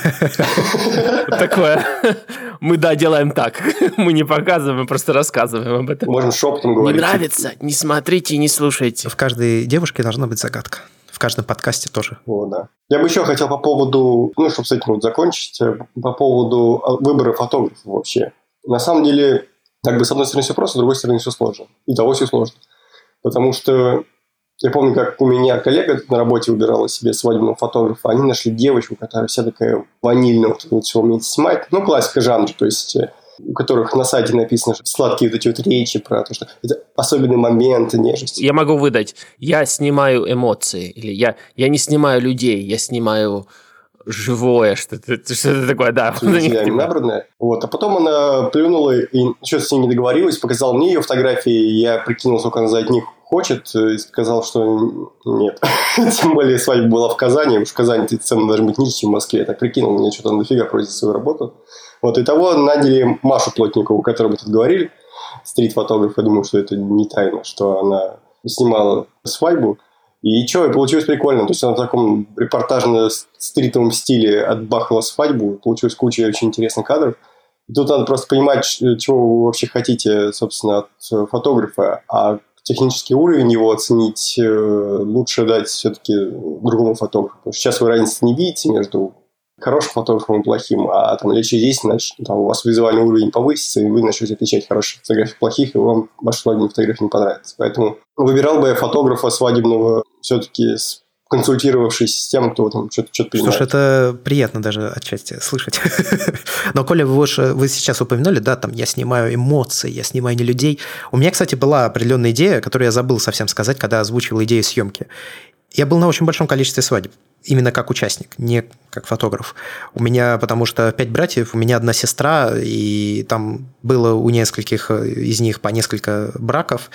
[SPEAKER 3] Такое. Мы, да, делаем так. Мы не показываем, мы просто рассказываем об этом.
[SPEAKER 2] Можем шепотом говорить.
[SPEAKER 3] Не нравится? Не смотрите, не слушайте.
[SPEAKER 1] В каждой девушке должна быть загадка. В каждом подкасте тоже.
[SPEAKER 2] О, да. Я бы еще хотел по поводу, ну, чтобы с этим вот закончить, по поводу выбора фотографа вообще. На самом деле, как бы с одной стороны все просто, с другой стороны все сложно. И того все сложно. Потому что я помню, как у меня коллега на работе выбирала себе свадебного фотографа. Они нашли девочку, которая вся такая ванильная, вот все умеет снимать. Ну, классика жанра, то есть у которых на сайте написано, что сладкие вот эти вот речи про то, что это особенный момент нежности.
[SPEAKER 3] Я могу выдать: я снимаю эмоции, или я не снимаю людей, я снимаю живое, что-то такое, да.
[SPEAKER 2] Набранное. Вот. А потом она плюнула и что-то с ней не договорилась, показала мне ее фотографии, я прикинул, сколько она за них хочет, и сказал, что нет. Тем более свадьба была в Казани, уж в Казани цены должны быть ниже, чем в Москве. Я так прикинул, мне что-то дофига просит свою работу. Вот. И того наняли Машу Плотникову, о которой мы тут говорили, стрит-фотограф. Я думаю, что это не тайна, что она снимала свадьбу. И что, и получилось прикольно. То есть она в таком репортажно-стритовом стиле отбахала свадьбу. Получилась куча очень интересных кадров. И тут надо просто понимать, чего вы вообще хотите, собственно, от фотографа. А технический уровень его оценить лучше дать все-таки другому фотографу. Потому что сейчас вы разницы не видите между хорошим фотографом и плохим, а там лет через 10, значит, там у вас визуальный уровень повысится, и вы начнете отличать хорошие фотографии от плохих, и вам ваша свадебная фотография не понравится. Поэтому выбирал бы я фотографа свадебного все-таки консультировавшись с тем, кто там что-то понимает.
[SPEAKER 1] Что ж, это приятно даже отчасти слышать. Но, Коля, вы сейчас упомянули, да, там я снимаю эмоции, я снимаю не людей. У меня, кстати, была определенная идея, которую я забыл совсем сказать, когда озвучивал идею съемки. Я был на очень большом количестве свадеб. Именно как участник, не как фотограф. У меня, потому что 5 братьев, у меня одна сестра, и там было у нескольких из них по несколько браков,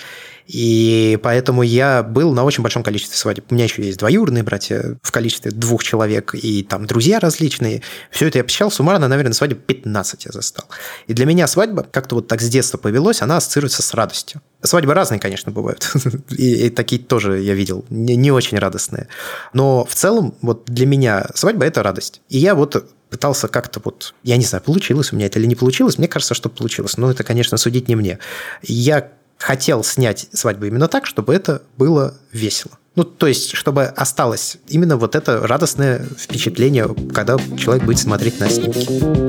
[SPEAKER 1] и поэтому я был на очень большом количестве свадеб. У меня еще есть двоюродные братья в количестве 2 человек, и там друзья различные. Все это я посчитал, суммарно, наверное, свадеб 15 я застал. И для меня свадьба, как-то вот так с детства повелось, она ассоциируется с радостью. Свадьбы разные, конечно, бывают. И такие тоже я видел, не очень радостные. Но в целом вот для меня свадьба – это радость. И я вот пытался как-то вот, я не знаю, получилось у меня это или не получилось, мне кажется, что получилось, но это, конечно, судить не мне. Я хотел снять свадьбу именно так, чтобы это было весело. Ну, то есть, чтобы осталось именно вот это радостное впечатление, когда человек будет смотреть на снимки.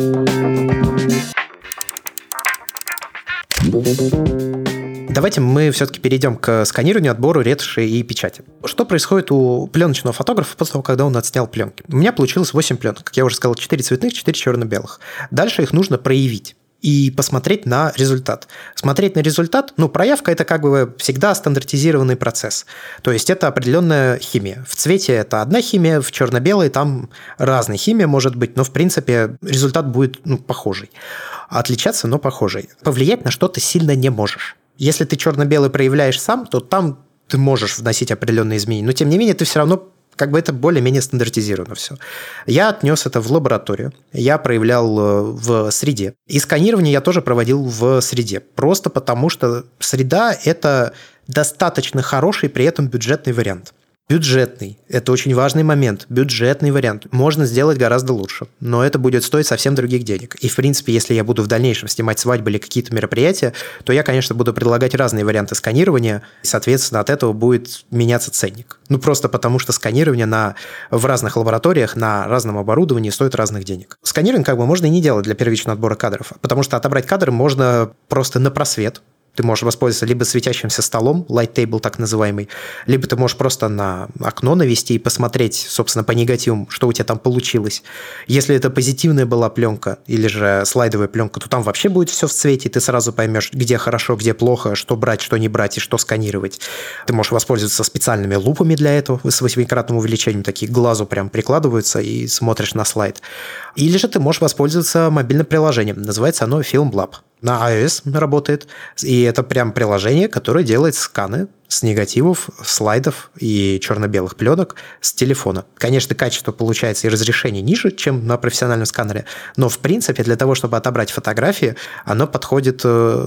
[SPEAKER 1] Давайте мы все-таки перейдем к сканированию, отбору, ретуши и печати. Что происходит у пленочного фотографа после того, когда он отснял пленки? У меня получилось 8 пленок. Как я уже сказал, 4 цветных, 4 черно-белых. Дальше их нужно проявить и посмотреть на результат. Смотреть на результат, проявка – это как бы всегда стандартизированный процесс. То есть это определенная химия. В цвете это одна химия, в черно-белой там разная химия может быть, но в принципе результат будет похожий. Отличаться, но похожий. Повлиять на что ты сильно не можешь. Если ты черно-белый проявляешь сам, то там ты можешь вносить определенные изменения, но тем не менее ты все равно как бы это более-менее стандартизировано все. Я отнес это в лабораторию, я проявлял в среде. И сканирование я тоже проводил в среде, просто потому что среда – это достаточно хороший, при этом бюджетный вариант. Бюджетный – это очень важный момент. Бюджетный вариант. Можно сделать гораздо лучше, но это будет стоить совсем других денег. И, в принципе, если я буду в дальнейшем снимать свадьбы или какие-то мероприятия, то я, конечно, буду предлагать разные варианты сканирования, и, соответственно, от этого будет меняться ценник. Просто потому, что сканирование в разных лабораториях на разном оборудовании стоит разных денег. Сканирование можно и не делать для первичного отбора кадров, потому что отобрать кадр можно просто на просвет. Ты можешь воспользоваться либо светящимся столом, light table так называемый, либо ты можешь просто на окно навести и посмотреть, собственно, по негативам, что у тебя там получилось. Если это позитивная была пленка или же слайдовая пленка, то там вообще будет все в цвете, и ты сразу поймешь, где хорошо, где плохо, что брать, что не брать и что сканировать. Ты можешь воспользоваться специальными лупами для этого с 8-кратным увеличением, такие к глазу прям прикладываются и смотришь на слайд. Или же ты можешь воспользоваться мобильным приложением, называется оно FilmLab. На iOS работает, и это прям приложение, которое делает сканы с негативов, слайдов и черно-белых пленок с телефона. Конечно, качество получается и разрешение ниже, чем на профессиональном сканере, но в принципе для того, чтобы отобрать фотографии, оно подходит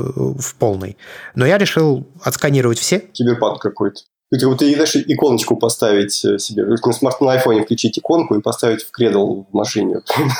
[SPEAKER 1] в полный. Но я решил отсканировать все.
[SPEAKER 2] Киберпанк какой-то. Ты даже иконочку поставить себе. На айфоне включить иконку и поставить в кредл в машине.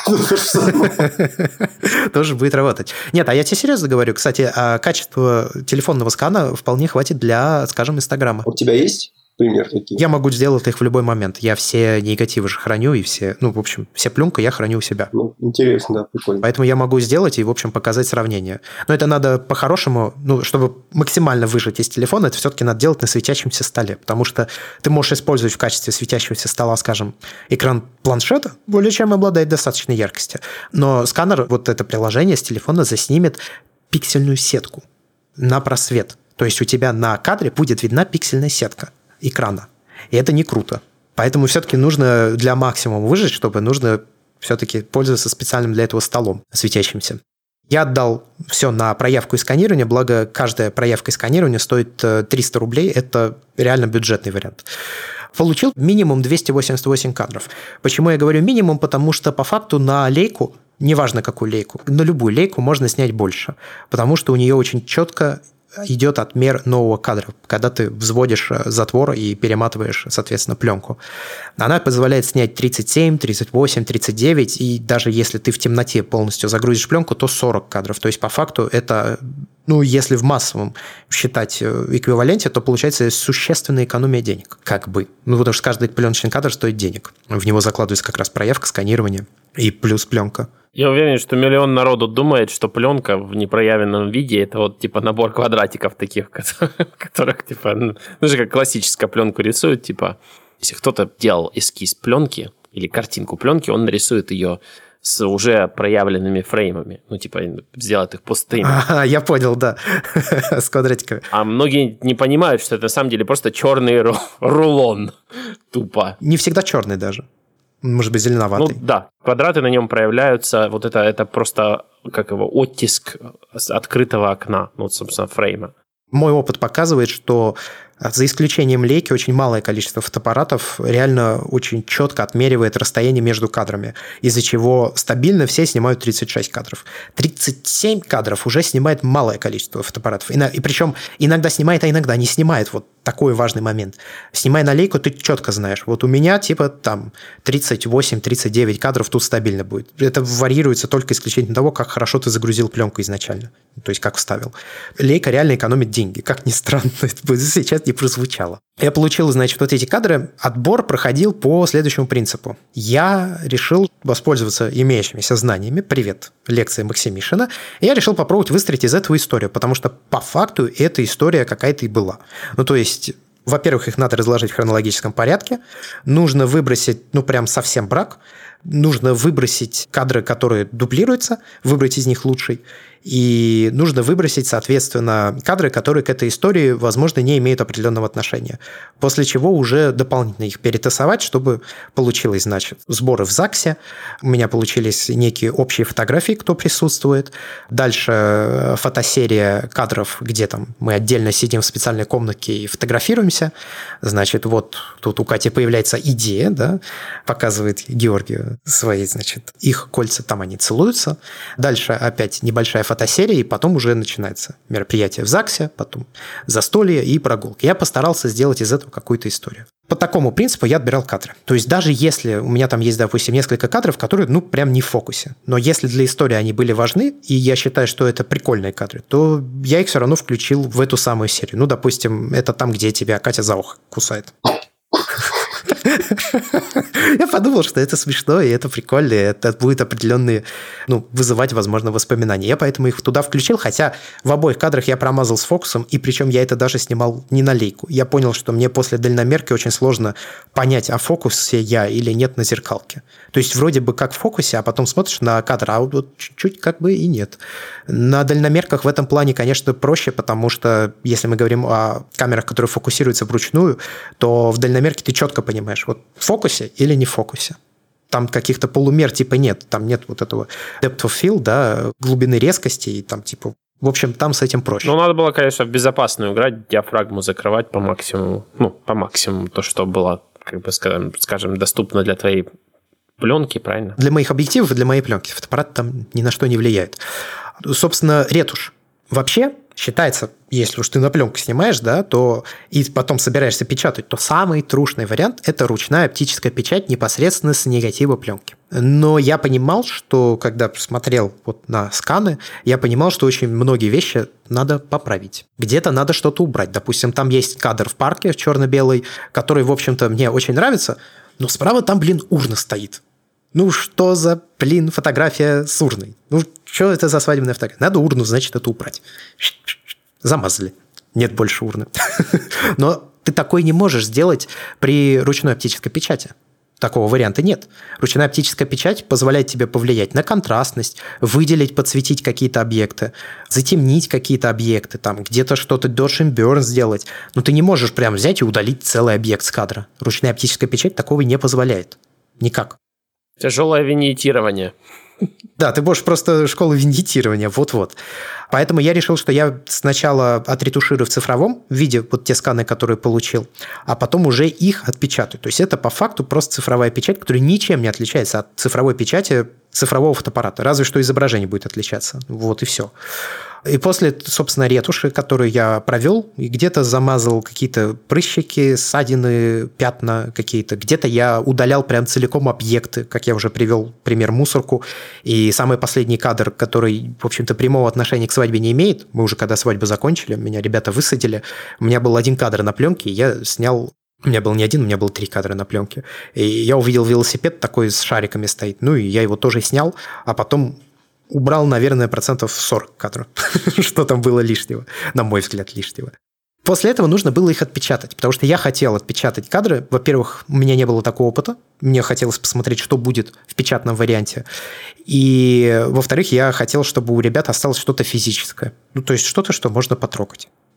[SPEAKER 1] Тоже будет работать. Нет, а я тебе серьезно говорю. Кстати, качество телефонного скана вполне хватит для, скажем, Инстаграма.
[SPEAKER 2] У тебя есть пример такие?
[SPEAKER 1] Я могу сделать их в любой момент. Я все негативы же храню, и все, в общем, все пленку я храню у себя.
[SPEAKER 2] Интересно, да, прикольно.
[SPEAKER 1] Поэтому я могу сделать и, в общем, показать сравнение. Но это надо по-хорошему, чтобы максимально выжать из телефона, это все-таки надо делать на светящемся столе, потому что ты можешь использовать в качестве светящегося стола, скажем, экран планшета, более чем обладает достаточной яркостью. Но сканер, вот это приложение с телефона заснимет пиксельную сетку на просвет. То есть у тебя на кадре будет видна пиксельная сетка экрана. И это не круто. Поэтому все-таки нужно для максимума выжить, чтобы нужно все-таки пользоваться специальным для этого столом светящимся. Я отдал все на проявку и сканирование, благо каждая проявка и сканирование стоит 300 рублей. Это реально бюджетный вариант. Получил минимум 288 кадров. Почему я говорю минимум? Потому что по факту на лейку, неважно какую лейку, на любую лейку можно снять больше, потому что у нее очень четко идет отмер нового кадра, когда ты взводишь затвор и перематываешь, соответственно, пленку. Она позволяет снять 37, 38, 39, и даже если ты в темноте полностью загрузишь пленку, то 40 кадров. То есть, по факту, это, если в массовом считать эквиваленте, то получается существенная экономия денег. Как бы. Потому что каждый пленочный кадр стоит денег. В него закладывается как раз проявка, сканирование и плюс пленка.
[SPEAKER 3] Я уверен, что миллион народу думает, что пленка в непроявленном виде – это вот типа набор квадратиков таких, которых типа, же как классическая пленку рисуют, типа, если кто-то делал эскиз пленки или картинку пленки, он нарисует ее с уже проявленными фреймами, сделает их пустыми.
[SPEAKER 1] Я понял, да, с квадратиками.
[SPEAKER 3] А многие не понимают, что это на самом деле просто черный рулон, тупо.
[SPEAKER 1] Не всегда черный даже. Может быть, зеленоватый.
[SPEAKER 3] Да, квадраты на нем проявляются, вот это просто, оттиск открытого окна, собственно, фрейма.
[SPEAKER 1] Мой опыт показывает, что За исключением лейки, очень малое количество фотоаппаратов реально очень четко отмеривает расстояние между кадрами, из-за чего стабильно все снимают 36 кадров. 37 кадров уже снимает малое количество фотоаппаратов. И причем иногда снимает, а иногда не снимает. Вот такой важный момент. Снимая на лейку, ты четко знаешь. Вот у меня типа там 38-39 кадров тут стабильно будет. Это варьируется только исключительно того, как хорошо ты загрузил пленку изначально. То есть как вставил. Лейка реально экономит деньги. Как ни странно, это сейчас не прозвучало. Я получил, значит, вот эти кадры. Отбор проходил по следующему принципу. Я решил воспользоваться имеющимися знаниями. Привет, лекция Максимишина. И я решил попробовать выстроить из этого историю, потому что по факту эта история какая-то и была. Ну, то есть, во-первых, их надо разложить в хронологическом порядке. Нужно выбросить, прям совсем брак. Нужно выбросить кадры, которые дублируются, выбрать из них лучший. И нужно выбросить, соответственно, кадры, которые к этой истории, возможно, не имеют определенного отношения. После чего уже дополнительно их перетасовать, чтобы получилось, значит, сборы в ЗАГСе. У меня получились некие общие фотографии, кто присутствует. Дальше фотосерия кадров, где там мы отдельно сидим в специальной комнатке и фотографируемся. Значит, вот тут у Кати появляется идея, да, показывает Георгию свои, значит, их кольца, там они целуются. Дальше опять небольшая фотосерия, и потом уже начинается мероприятие в ЗАГСе, потом застолье и прогулки. Я постарался сделать из этого какую-то историю. По такому принципу я отбирал кадры. То есть даже если у меня там есть, допустим, несколько кадров, которые, прям не в фокусе, но если для истории они были важны, и я считаю, что это прикольные кадры, то я их все равно включил в эту самую серию. Допустим, это там, где тебя Катя за ухо кусает. Я подумал, что это смешно, и это прикольно, и это будет определенные, вызывать, возможно, воспоминания. Я поэтому их туда включил, хотя в обоих кадрах я промазал с фокусом, и причем я это даже снимал не на лейку. Я понял, что мне после дальномерки очень сложно понять, а фокусе я или нет на зеркалке. То есть вроде бы как в фокусе, а потом смотришь на кадр, а вот чуть-чуть как бы и нет. На дальномерках в этом плане, конечно, проще, потому что если мы говорим о камерах, которые фокусируются вручную, то в дальномерке ты четко понимаешь, вот в фокусе или не в фокусе. Там каких-то полумер типа нет, там нет вот этого depth of field, да, глубины резкости, и там типа, в общем, там с этим проще.
[SPEAKER 3] Надо было, конечно, в безопасную играть, диафрагму закрывать по максимуму, по максимуму, то, что было, как бы, скажем, доступно для твоей пленки, правильно?
[SPEAKER 1] Для моих объективов и для моей пленки. Фотоаппарат там ни на что не влияет. Собственно, ретушь. Вообще считается, если уж ты на пленку снимаешь, да, то и потом собираешься печатать, то самый трушный вариант – это ручная оптическая печать непосредственно с негатива пленки. Но я понимал, что когда смотрел вот на сканы, я понимал, что очень многие вещи надо поправить. Где-то надо что-то убрать. Допустим, там есть кадр в парке черно-белый, который, в общем-то, мне очень нравится, но справа там, урна стоит. Что за, фотография с урной? Что это за свадебная фотография? Надо урну, значит, это убрать. Замазали. Нет больше урны. Но ты такой не можешь сделать при ручной оптической печати. Такого варианта нет. Ручная оптическая печать позволяет тебе повлиять на контрастность, выделить, подсветить какие-то объекты, затемнить какие-то объекты, там где-то что-то dodge and burn сделать. Но ты не можешь прям взять и удалить целый объект с кадра. Ручная оптическая печать такого не позволяет. Никак.
[SPEAKER 3] Тяжелое виньетирование.
[SPEAKER 1] Да, ты будешь просто школы виньетирования, вот-вот. Поэтому я решил, что я сначала отретуширую в цифровом виде вот те сканы, которые получил, а потом уже их отпечатаю. То есть это по факту просто цифровая печать, которая ничем не отличается от цифровой печати цифрового фотоаппарата. Разве что изображение будет отличаться. Вот и все. И после, собственно, ретуши, которую я провел, и где-то замазал какие-то прыщики, ссадины, пятна какие-то. Где-то я удалял прям целиком объекты, как я уже привел пример мусорку. И самый последний кадр, который, в общем-то, прямого отношения к свадьбе не имеет, мы уже когда свадьбу закончили, меня ребята высадили, у меня был один кадр на пленке, и я снял... У меня был не один, у меня было 3 кадра на пленке. И я увидел велосипед такой с шариками стоит, и я его тоже снял, а потом... убрал, наверное, 40% кадров, что там было лишнего, на мой взгляд, лишнего. После этого нужно было их отпечатать, потому что я хотел отпечатать кадры. Во-первых, у меня не было такого опыта, мне хотелось посмотреть, что будет в печатном варианте. И, во-вторых, я хотел, чтобы у ребят осталось что-то физическое. То есть что-то, что можно потрогать.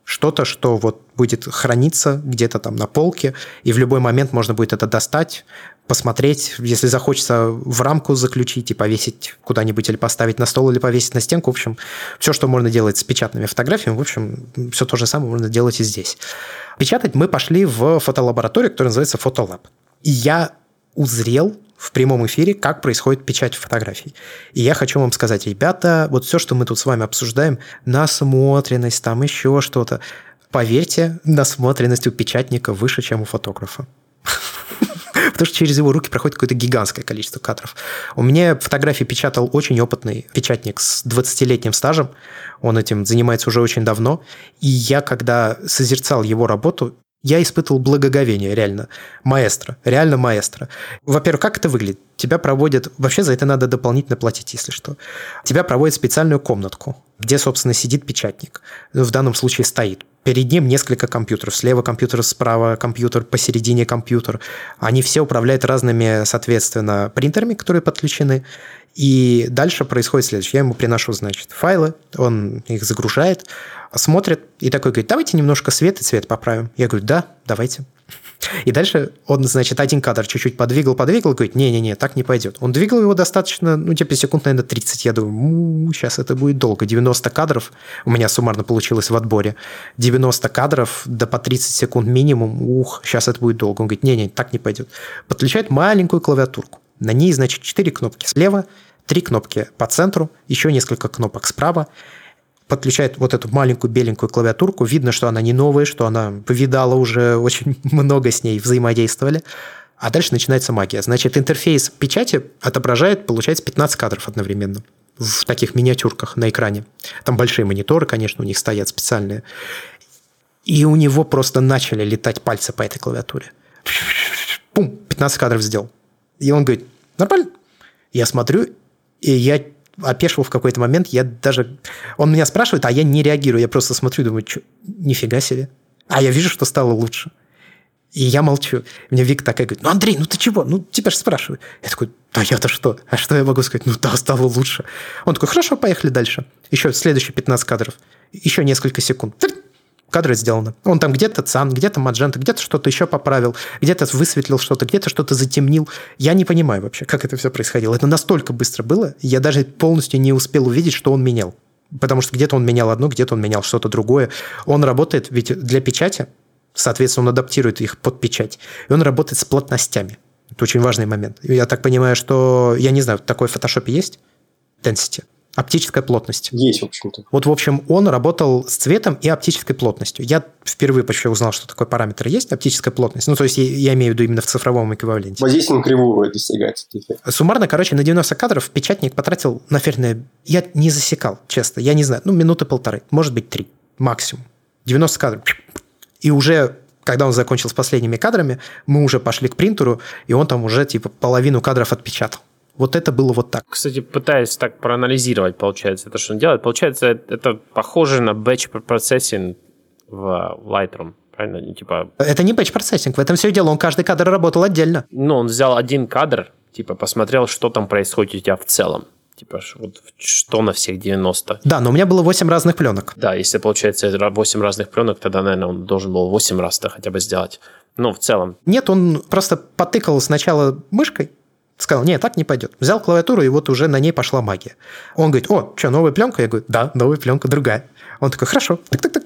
[SPEAKER 1] Что-то, что вот будет храниться где-то там на полке, и в любой момент можно будет это достать, посмотреть, если захочется в рамку заключить и повесить куда-нибудь или поставить на стол, или повесить на стенку. В общем, все, что можно делать с печатными фотографиями, в общем, все то же самое можно делать и здесь. Печатать мы пошли в фотолабораторию, которая называется Photolab. И я узрел в прямом эфире, как происходит печать фотографий. И я хочу вам сказать, ребята, вот все, что мы тут с вами обсуждаем, насмотренность, там еще что-то, поверьте, насмотренность у печатника выше, чем у фотографа. Потому что через его руки проходит какое-то гигантское количество кадров. У меня фотографии печатал очень опытный печатник с 20-летним стажем. Он этим занимается уже очень давно. И я, когда созерцал его работу, я испытывал благоговение, реально. Маэстро, реально маэстро. Во-первых, как это выглядит? Тебя проводят... Вообще за это надо дополнительно платить, если что. Тебя проводят в специальную комнатку, где, собственно, сидит печатник. В данном случае стоит. Перед ним несколько компьютеров. Слева компьютер, справа компьютер, посередине компьютер. Они все управляют разными, соответственно, принтерами, которые подключены. И дальше происходит следующее. Я ему приношу, значит, файлы, он их загружает, смотрит и такой говорит, давайте немножко свет и цвет поправим. Я говорю, да, давайте. И дальше он, значит, один кадр чуть-чуть подвигал, говорит, не-не-не, так не пойдет. Он двигал его достаточно, секунд, наверное, 30. Я думаю, сейчас это будет долго. 90 кадров у меня суммарно получилось в отборе. 90 кадров, да по 30 секунд минимум. Сейчас это будет долго. Он говорит, не-не, так не пойдет. Подключает маленькую клавиатурку. На ней, значит, 4 кнопки слева, 3 кнопки по центру, еще несколько кнопок справа. Подключает вот эту маленькую беленькую клавиатурку. Видно, что она не новая, что она повидала уже, очень много с ней взаимодействовали. А дальше начинается магия. Значит, интерфейс печати отображает, получается, 15 кадров одновременно в таких миниатюрках на экране. Там большие мониторы, конечно, у них стоят специальные. И у него просто начали летать пальцы по этой клавиатуре. Пум, 15 кадров сделал. И он говорит, нормально. Я смотрю, и я опешил в какой-то момент. Он меня спрашивает, а я не реагирую. Я просто смотрю, думаю, нифига себе. А я вижу, что стало лучше. И я молчу. Мне Вика такая говорит, Андрей, ты чего? Тебя же спрашивают. Я такой, да я-то что? А что я могу сказать? Да, стало лучше. Он такой, хорошо, поехали дальше. Еще следующие 15 кадров. Еще несколько секунд. Кадры сделаны. Он там где-то циан, где-то маджента, где-то что-то еще поправил, где-то высветлил что-то, где-то что-то затемнил. Я не понимаю вообще, как это все происходило. Это настолько быстро было, я даже полностью не успел увидеть, что он менял. Потому что где-то он менял одно, где-то он менял что-то другое. Он работает ведь для печати, соответственно, он адаптирует их под печать, и он работает с плотностями. Это очень важный момент. Я так понимаю, что, я не знаю, такое в фотошопе есть? Density. Оптическая плотность.
[SPEAKER 2] Есть, в общем-то.
[SPEAKER 1] Вот, в общем, он работал с цветом и оптической плотностью. Я впервые почти узнал, что такой параметр есть, оптическая плотность. То есть я имею в виду именно в цифровом эквиваленте.
[SPEAKER 2] Воздействием кривого достигается.
[SPEAKER 1] Суммарно, на 90 кадров печатник потратил, наверное, я не засекал, честно, я не знаю, минуты 1.5, может быть 3, максимум. 90 кадров. И уже, когда он закончил с последними кадрами, мы уже пошли к принтеру, и он там уже половину кадров отпечатал. Вот это было вот так.
[SPEAKER 3] Кстати, пытаюсь так проанализировать, получается, это, что он делает. Получается, это похоже на batch processing в Lightroom, правильно?
[SPEAKER 1] Это не batch processing, в этом все дело. Он каждый кадр работал отдельно.
[SPEAKER 3] Он взял один кадр, посмотрел, что там происходит у тебя в целом. Что на всех 90.
[SPEAKER 1] Да, но у меня было 8 разных пленок.
[SPEAKER 3] Да, если, получается, 8 разных пленок, тогда, наверное, он должен был 8 раз хотя бы сделать. В целом.
[SPEAKER 1] Нет, он просто потыкал сначала мышкой, сказал, нет, так не пойдет. Взял клавиатуру, и вот уже на ней пошла магия. Он говорит, новая пленка? Я говорю, да, новая пленка, другая. Он такой, хорошо.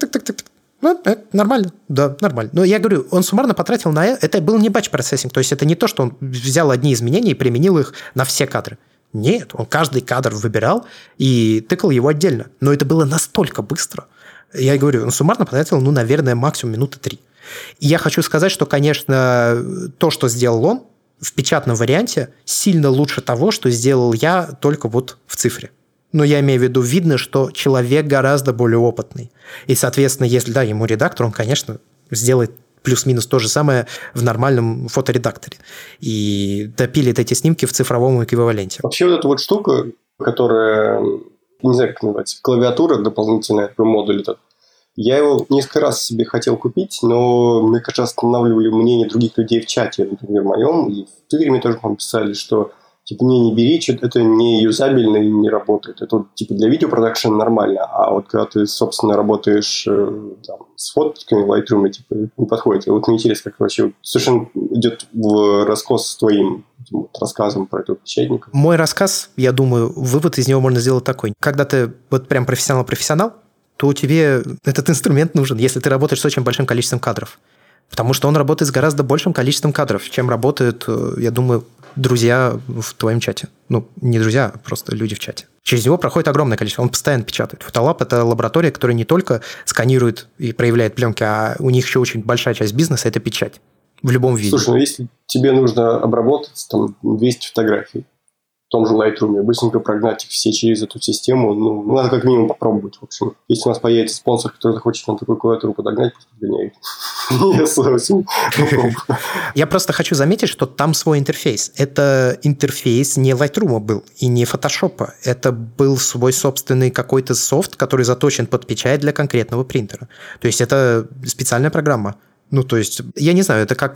[SPEAKER 1] Нормально. Да, нормально. Но я говорю, он суммарно потратил на это. Это был не батч-процессинг. То есть это не то, что он взял одни изменения и применил их на все кадры. Нет, он каждый кадр выбирал и тыкал его отдельно. Но это было настолько быстро. Я говорю, он суммарно потратил, наверное, максимум минуты 3. И я хочу сказать, что, конечно, то, что сделал он, в печатном варианте сильно лучше того, что сделал я только в цифре. Но я имею в виду, видно, что человек гораздо более опытный. И, соответственно, если, ему редактор, он, конечно, сделает плюс-минус то же самое в нормальном фоторедакторе. И допилит эти снимки в цифровом эквиваленте.
[SPEAKER 2] Вообще вот эта штука, которая, не знаю, как называется, клавиатура дополнительная, модуль этот, я его несколько раз себе хотел купить, но мне, кажется, останавливали мнение других людей в чате, например, в моем, и в Твиттере мне тоже писали, что Типа, не бери, что-то это не юзабельно и не работает. Это вот, типа, для видеопродакшена нормально, а вот когда ты, собственно, работаешь там, с фотками в Lightroom, типа, не подходит. И вот мне интересно, как вообще совершенно идет в раскос с твоим вот, рассказом про этого печатника.
[SPEAKER 1] Мой рассказ, я думаю, вывод из него можно сделать такой. Когда ты вот прям профессионал-профессионал, то тебе этот инструмент нужен, если ты работаешь с очень большим количеством кадров. Потому что он работает с гораздо большим количеством кадров, чем работают, я думаю, друзья в твоем чате. Ну, не друзья, а просто люди в чате. Через него проходит огромное количество, он постоянно печатает. Фотолаб – это лаборатория, которая не только сканирует и проявляет пленки, а у них еще очень большая часть бизнеса – это печать в любом виде.
[SPEAKER 2] Слушай, ну если тебе нужно обработать там 200 фотографий в том же Lightroom, быстренько прогнать их все через эту систему, ну, надо как минимум попробовать, в общем. Если у нас появится спонсор, который захочет нам такую клавиатуру подогнать, пусть подгоняет. Я с удовольствием попробую.
[SPEAKER 1] Я просто хочу заметить, что там свой интерфейс. Это интерфейс не Lightroom был и не Photoshop. Это был свой собственный какой-то софт, который заточен под печать для конкретного принтера. То есть это специальная программа. Ну, то есть, я не знаю, это как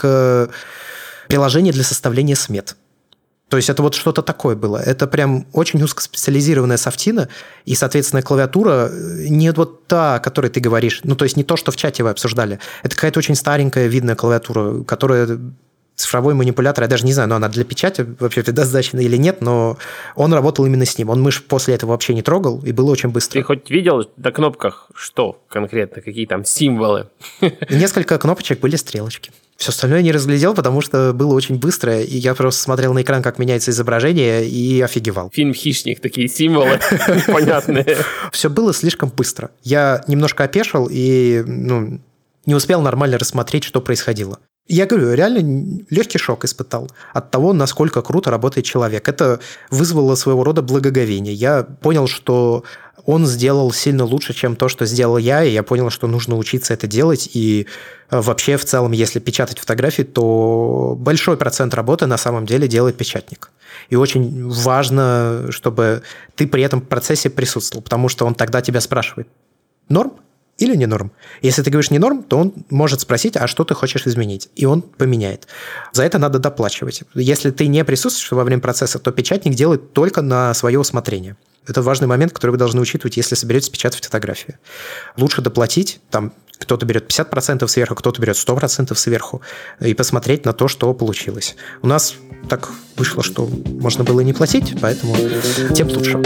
[SPEAKER 1] приложение для составления смет. То есть это вот что-то такое было. Это прям очень узкоспециализированная софтина, и, соответственно, клавиатура не вот та, о которой ты говоришь. Ну, то есть не то, что в чате вы обсуждали. Это какая-то очень старенькая видная клавиатура, которая цифровой манипулятор, я даже не знаю, но она для печати вообще предназначена или нет, но он работал именно с ним. Он мышь после этого вообще не трогал, и было очень быстро.
[SPEAKER 3] Ты хоть видел на кнопках, что конкретно, какие там символы?
[SPEAKER 1] Несколько кнопочек были стрелочки. Все остальное я не разглядел, потому что было очень быстро, и я просто смотрел на экран, как меняется изображение, и офигевал.
[SPEAKER 3] Фильм «Хищник», такие символы понятные.
[SPEAKER 1] Все было слишком быстро. Я немножко опешил и не успел нормально рассмотреть, что происходило. Я говорю, реально легкий шок испытал от того, насколько круто работает человек. Это вызвало своего рода благоговение. Я понял, что он сделал сильно лучше, чем то, что сделал я, и я понял, что нужно учиться это делать. И вообще, в целом, если печатать фотографии, то большой процент работы на самом деле делает печатник. И очень важно, чтобы ты при этом процессе присутствовал, потому что он тогда тебя спрашивает, норм или не норм? Если ты говоришь не норм, то он может спросить, а что ты хочешь изменить? И он поменяет. За это надо доплачивать. Если ты не присутствуешь во время процесса, то печатник делает только на свое усмотрение. Это важный момент, который вы должны учитывать, если соберетесь печатать фотографии. Лучше доплатить, там кто-то берет 50% сверху, кто-то берет 100% сверху, и посмотреть на то, что получилось. У нас так вышло, что можно было и не платить, поэтому тем лучше.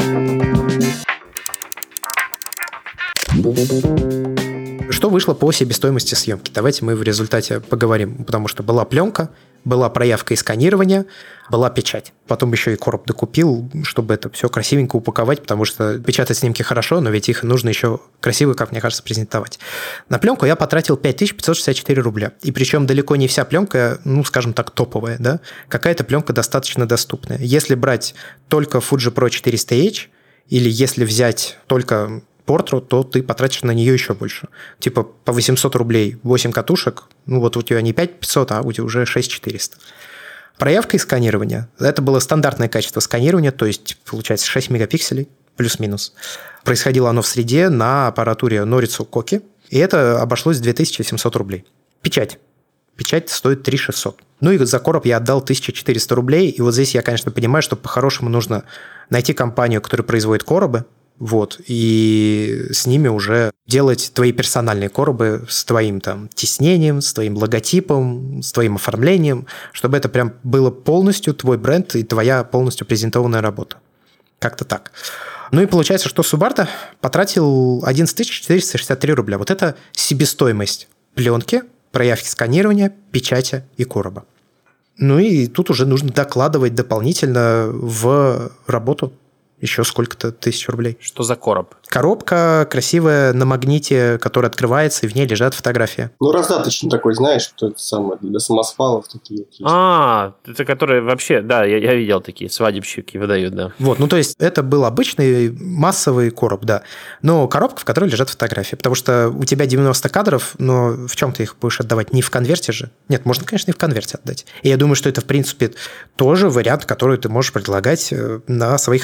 [SPEAKER 1] Что вышло по себестоимости съемки? Давайте мы в результате поговорим, потому что была пленка, была проявка и сканирование, была печать. Потом еще и короб докупил, чтобы это все красивенько упаковать, потому что печатать снимки хорошо, но ведь их нужно еще красиво, как мне кажется, презентовать. На пленку я потратил 5564 рубля. И причем далеко не вся пленка, скажем так, топовая, да? Какая-то пленка достаточно доступная. Если брать только Fuji Pro 400H, или если взять только Portrait, то ты потратишь на нее еще больше. Типа по 800 рублей 8 катушек, вот у тебя не 5500, а у тебя уже 6400. Проявка и сканирование. Это было стандартное качество сканирования, то есть, получается, 6 мегапикселей, плюс-минус. Происходило оно в среде на аппаратуре Noritsu Koki, и это обошлось 2700 рублей. Печать. Печать стоит 3600. Ну и за короб я отдал 1400 рублей, и вот здесь я, конечно, понимаю, что по-хорошему нужно найти компанию, которая производит коробы, и с ними уже делать твои персональные коробы с твоим там тиснением, с твоим логотипом, с твоим оформлением, чтобы это прям было полностью твой бренд и твоя полностью презентованная работа. Как-то так. Ну и получается, что Субарта потратил 11 463 рубля. Вот это себестоимость пленки, проявки сканирования, печати и короба. Ну и тут уже нужно докладывать дополнительно в работу еще сколько-то тысяч рублей.
[SPEAKER 3] Что за короб?
[SPEAKER 1] Коробка красивая на магните, которая открывается, и в ней лежат фотографии.
[SPEAKER 2] Раздаточный такой, знаешь, что это самое, для самосвалов такие.
[SPEAKER 3] Это которые вообще, да, я видел такие, свадебщики выдают, да.
[SPEAKER 1] То есть это был обычный массовый короб, да. Но коробка, в которой лежат фотографии, потому что у тебя 90 кадров, но в чем ты их будешь отдавать? Не в конверте же? Нет, можно, конечно, и в конверте отдать. И я думаю, что это, в принципе, тоже вариант, который ты можешь предлагать на своих расценках.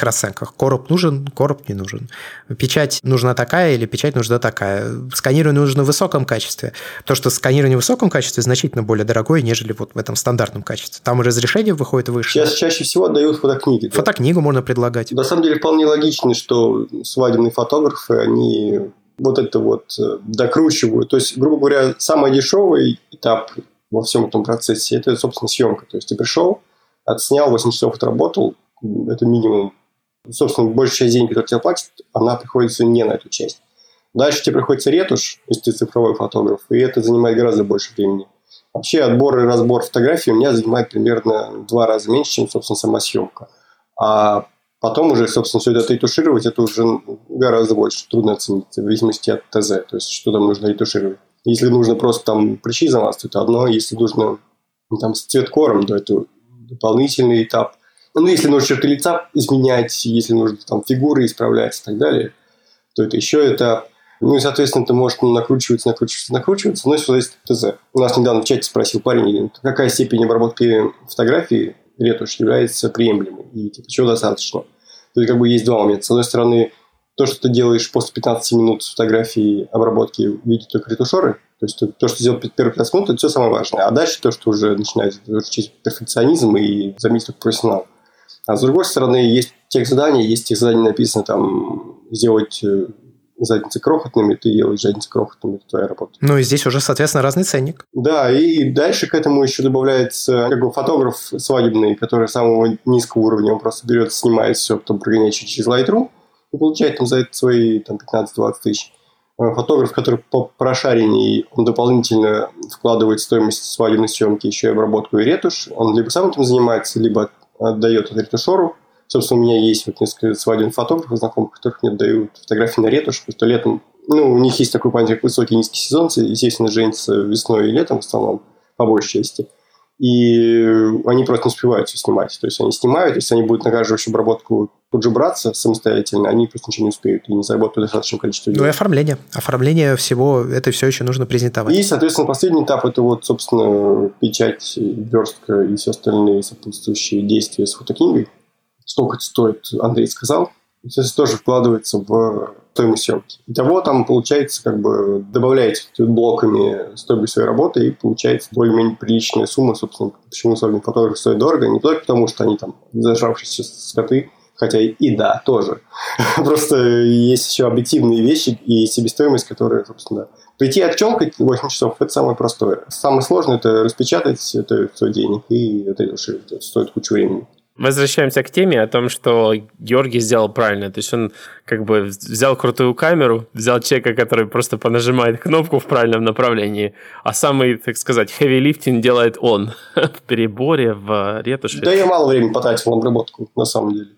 [SPEAKER 1] настройках. Короб нужен, короб не нужен. Печать нужна такая или печать нужна такая. Сканирование нужно в высоком качестве. То, что сканирование в высоком качестве значительно более дорогое, нежели вот в этом стандартном качестве. Там и разрешение выходит выше.
[SPEAKER 2] Сейчас чаще всего отдают фотокниги.
[SPEAKER 1] Фотокнигу можно предлагать.
[SPEAKER 2] На самом деле вполне логично, что свадебные фотографы, они вот это вот докручивают. То есть, грубо говоря, самый дешевый этап во всем этом процессе – это, собственно, съемка. То есть, ты пришел, отснял, 8 часов отработал, это минимум. Собственно, большая часть денег, которые тебе платят, она приходится не на эту часть. Дальше тебе приходится ретушь, если ты цифровой фотограф, и это занимает гораздо больше времени. Вообще, отбор и разбор фотографий у меня занимает примерно в 2 раза меньше, чем, собственно, сама съемка. А потом уже, собственно, все это ретушировать, это уже гораздо больше. Трудно оценить, в зависимости от ТЗ. То есть, что там нужно ретушировать. Если нужно просто там прыщи замазать, это одно. Если нужно там с цветкором, то это дополнительный этап. Ну, если нужно черты лица изменять, если нужно там фигуры исправлять и так далее, то это еще этап. Ну, и, соответственно, это может накручиваться. Но это зависит от ТЗ. У нас недавно в чате спросил парень, какая степень обработки фотографии ретушь является приемлемой. И типа, чего достаточно. То есть, как бы есть два момента. С одной стороны, то, что ты делаешь после 15 минут фотографии обработки, видят только ретушеры. То есть, то, что сделал первые 15 минут, это все самое важное. А дальше то, что уже начинается, это уже чисто перфекционизм и заметить только профессионал. А с другой стороны, есть тех задания, написано там сделать задницы крохотными, ты делаешь задницы крохотными, это твоя работа.
[SPEAKER 1] Ну и здесь уже, соответственно, разный ценник.
[SPEAKER 2] Да, и дальше к этому еще добавляется как бы фотограф свадебный, который самого низкого уровня, он просто берет, снимает все, потом прогоняет через Lightroom и получает там за это свои там, 15-20 тысяч. Фотограф, который прошаренней, он дополнительно вкладывает в стоимость свадебной съемки еще и обработку и ретушь. Он либо сам этим занимается, либо отдает это ретушеру. Собственно, у меня есть вот несколько свадебных фотографов, знакомых, которых мне отдают фотографии на ретушь, потому что летом, у них есть такой понятие, как высокий и низкий сезон, естественно, женятся весной и летом в основном, по большей части. И они просто не успевают все снимать. То есть, они снимают, если они будут на каждую обработку тут же браться самостоятельно, они просто ничего не успеют и не заработают достаточное количество денег.
[SPEAKER 1] Ну и оформление. Оформление всего, это все еще нужно презентовать.
[SPEAKER 2] И, соответственно, последний этап – это вот, собственно, печать, верстка и все остальные сопутствующие действия с фотокнигой. Сколько это стоит, Андрей сказал. Это тоже вкладывается в стоимость съемки. Итого там получается, как бы добавляете блоками стоимость своей работы и получается более-менее приличная сумма. Собственно, почему свадебный фотограф стоит дорого? Не только потому, что они там зажравшиеся скоты, хотя и да, тоже. Просто есть еще объективные вещи и себестоимость, которая, собственно, прийти отчелкать 8 часов – это самое простое. Самое сложное – это распечатать, это стоит денег, и это стоит кучу времени.
[SPEAKER 3] Возвращаемся к теме о том, что Георгий сделал правильно. То есть он как бы взял крутую камеру, взял человека, который просто понажимает кнопку в правильном направлении, а самый, так сказать, heavy lifting делает он в переборе, в ретуши.
[SPEAKER 2] Да, я мало времени потратил на обработку, на самом деле.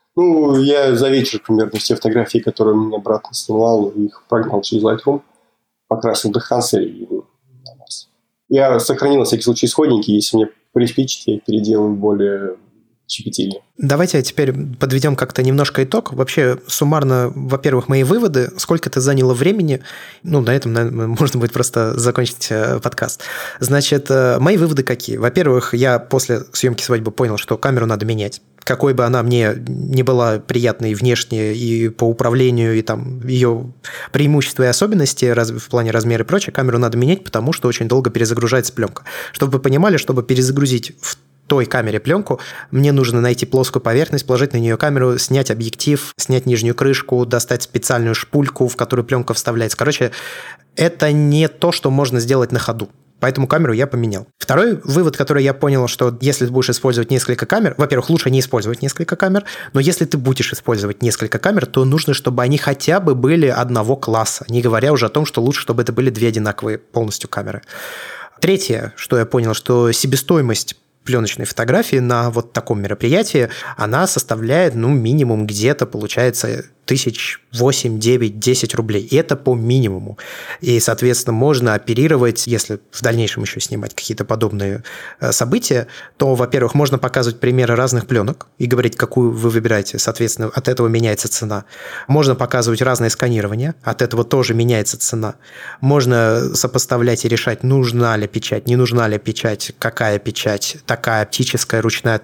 [SPEAKER 2] Я за вечер примерно все фотографии, которые у меня брат снимал, их прогнал через Lightroom, покрасил до Ханса и на нас. Я сохранил на всякий случай исходники, если мне приспичит, я их переделаю более щепетильнее.
[SPEAKER 1] Давайте теперь подведем как-то немножко итог. Вообще, суммарно, во-первых, мои выводы, сколько это заняло времени. На этом, наверное, можно будет просто закончить подкаст. Значит, мои выводы какие? Во-первых, я после съемки свадьбы понял, что камеру надо менять. Какой бы она мне не была приятной внешне и по управлению, и там ее преимущества и особенности в плане размера и прочее, камеру надо менять, потому что очень долго перезагружается пленка. Чтобы вы понимали, чтобы перезагрузить в той камере пленку, мне нужно найти плоскую поверхность, положить на нее камеру, снять объектив, снять нижнюю крышку, достать специальную шпульку, в которую пленка вставляется. Короче, это не то, что можно сделать на ходу. Поэтому камеру я поменял. Второй вывод, который я понял, что если ты будешь использовать несколько камер, во-первых, лучше не использовать несколько камер, но если ты будешь использовать несколько камер, то нужно, чтобы они хотя бы были одного класса, не говоря уже о том, что лучше, чтобы это были две одинаковые полностью камеры. Третье, что я понял, что себестоимость пленочной фотографии на вот таком мероприятии, она составляет, минимум где-то, получается, 8, 9, 10 рублей. И это по минимуму. И, соответственно, можно оперировать, если в дальнейшем еще снимать какие-то подобные события, то, во-первых, можно показывать примеры разных пленок и говорить, какую вы выбираете. Соответственно, от этого меняется цена. Можно показывать разное сканирование, от этого тоже меняется цена. Можно сопоставлять и решать, нужна ли печать, не нужна ли печать, какая печать, такая оптическая, ручная. Ведь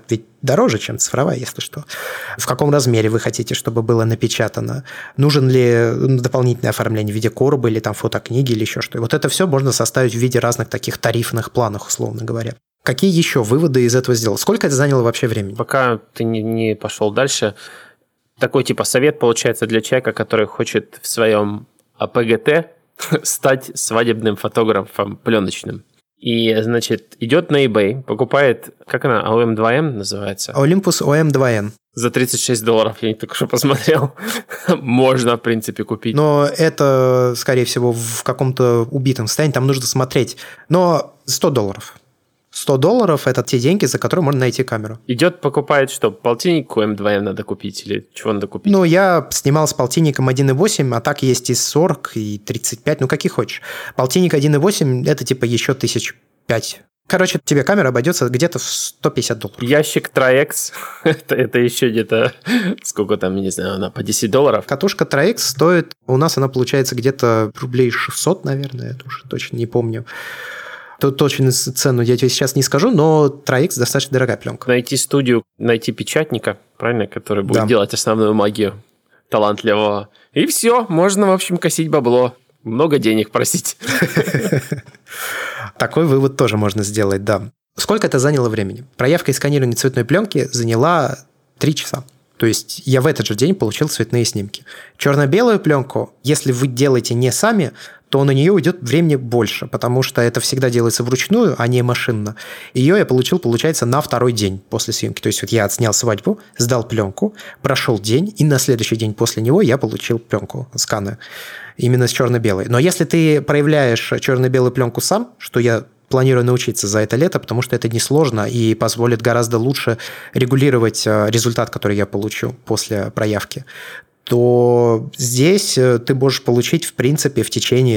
[SPEAKER 1] дороже, чем цифровая, если что. В каком размере вы хотите, чтобы было напечатано? Нужен ли дополнительное оформление в виде коробы или там фотокниги или еще что-то? Вот это все можно составить в виде разных таких тарифных планов, условно говоря. Какие еще выводы из этого сделал? Сколько это заняло вообще времени?
[SPEAKER 3] Пока ты не пошел дальше, такой типа совет получается для человека, который хочет в своем АПГТ стать свадебным фотографом пленочным. И, значит, идет на eBay, покупает, как она, OM2M называется?
[SPEAKER 1] Olympus OM2N.
[SPEAKER 3] За $36, я только что посмотрел. Можно, в принципе, купить.
[SPEAKER 1] Но это, скорее всего, в каком-то убитом состоянии, там нужно смотреть. Но $100. $100 – это те деньги, за которые можно найти камеру.
[SPEAKER 3] Идет, покупает что? Полтинник OM2M надо купить? Или чего надо купить?
[SPEAKER 1] Ну, я снимал с полтинником 1.8, а так есть и 40, и 35, ну, какие хочешь. Полтинник 1.8 – это типа еще 1005. Короче, тебе камера обойдется где-то в $150.
[SPEAKER 3] Ящик Tri-X, это еще где-то, сколько там, не знаю, она по $10.
[SPEAKER 1] Катушка Tri-X стоит, у нас она получается где-то рублей 600, наверное, я уже точно не помню. Тут точно цену я тебе сейчас не скажу, но Tri-X достаточно дорогая пленка.
[SPEAKER 3] Найти студию, найти печатника, правильно, который будет делать основную магию талантливого. И все, можно, в общем, косить бабло. Много денег просить.
[SPEAKER 1] Такой вывод тоже можно сделать, да. Сколько это заняло времени? Проявка и сканирование цветной пленки заняла 3 часа. То есть я в этот же день получил цветные снимки. Черно-белую пленку, если вы делаете не сами, то на нее уйдет времени больше, потому что это всегда делается вручную, а не машинно. Ее я получил, получается, на второй день после съемки. То есть вот я отснял свадьбу, сдал пленку, прошел день, и на следующий день после него я получил пленку, сканы, именно с черно-белой. Но если ты проявляешь черно-белую пленку сам, что я планирую научиться за это лето, потому что это несложно и позволит гораздо лучше регулировать результат, который я получу после проявки, то здесь ты можешь получить, в принципе, в течение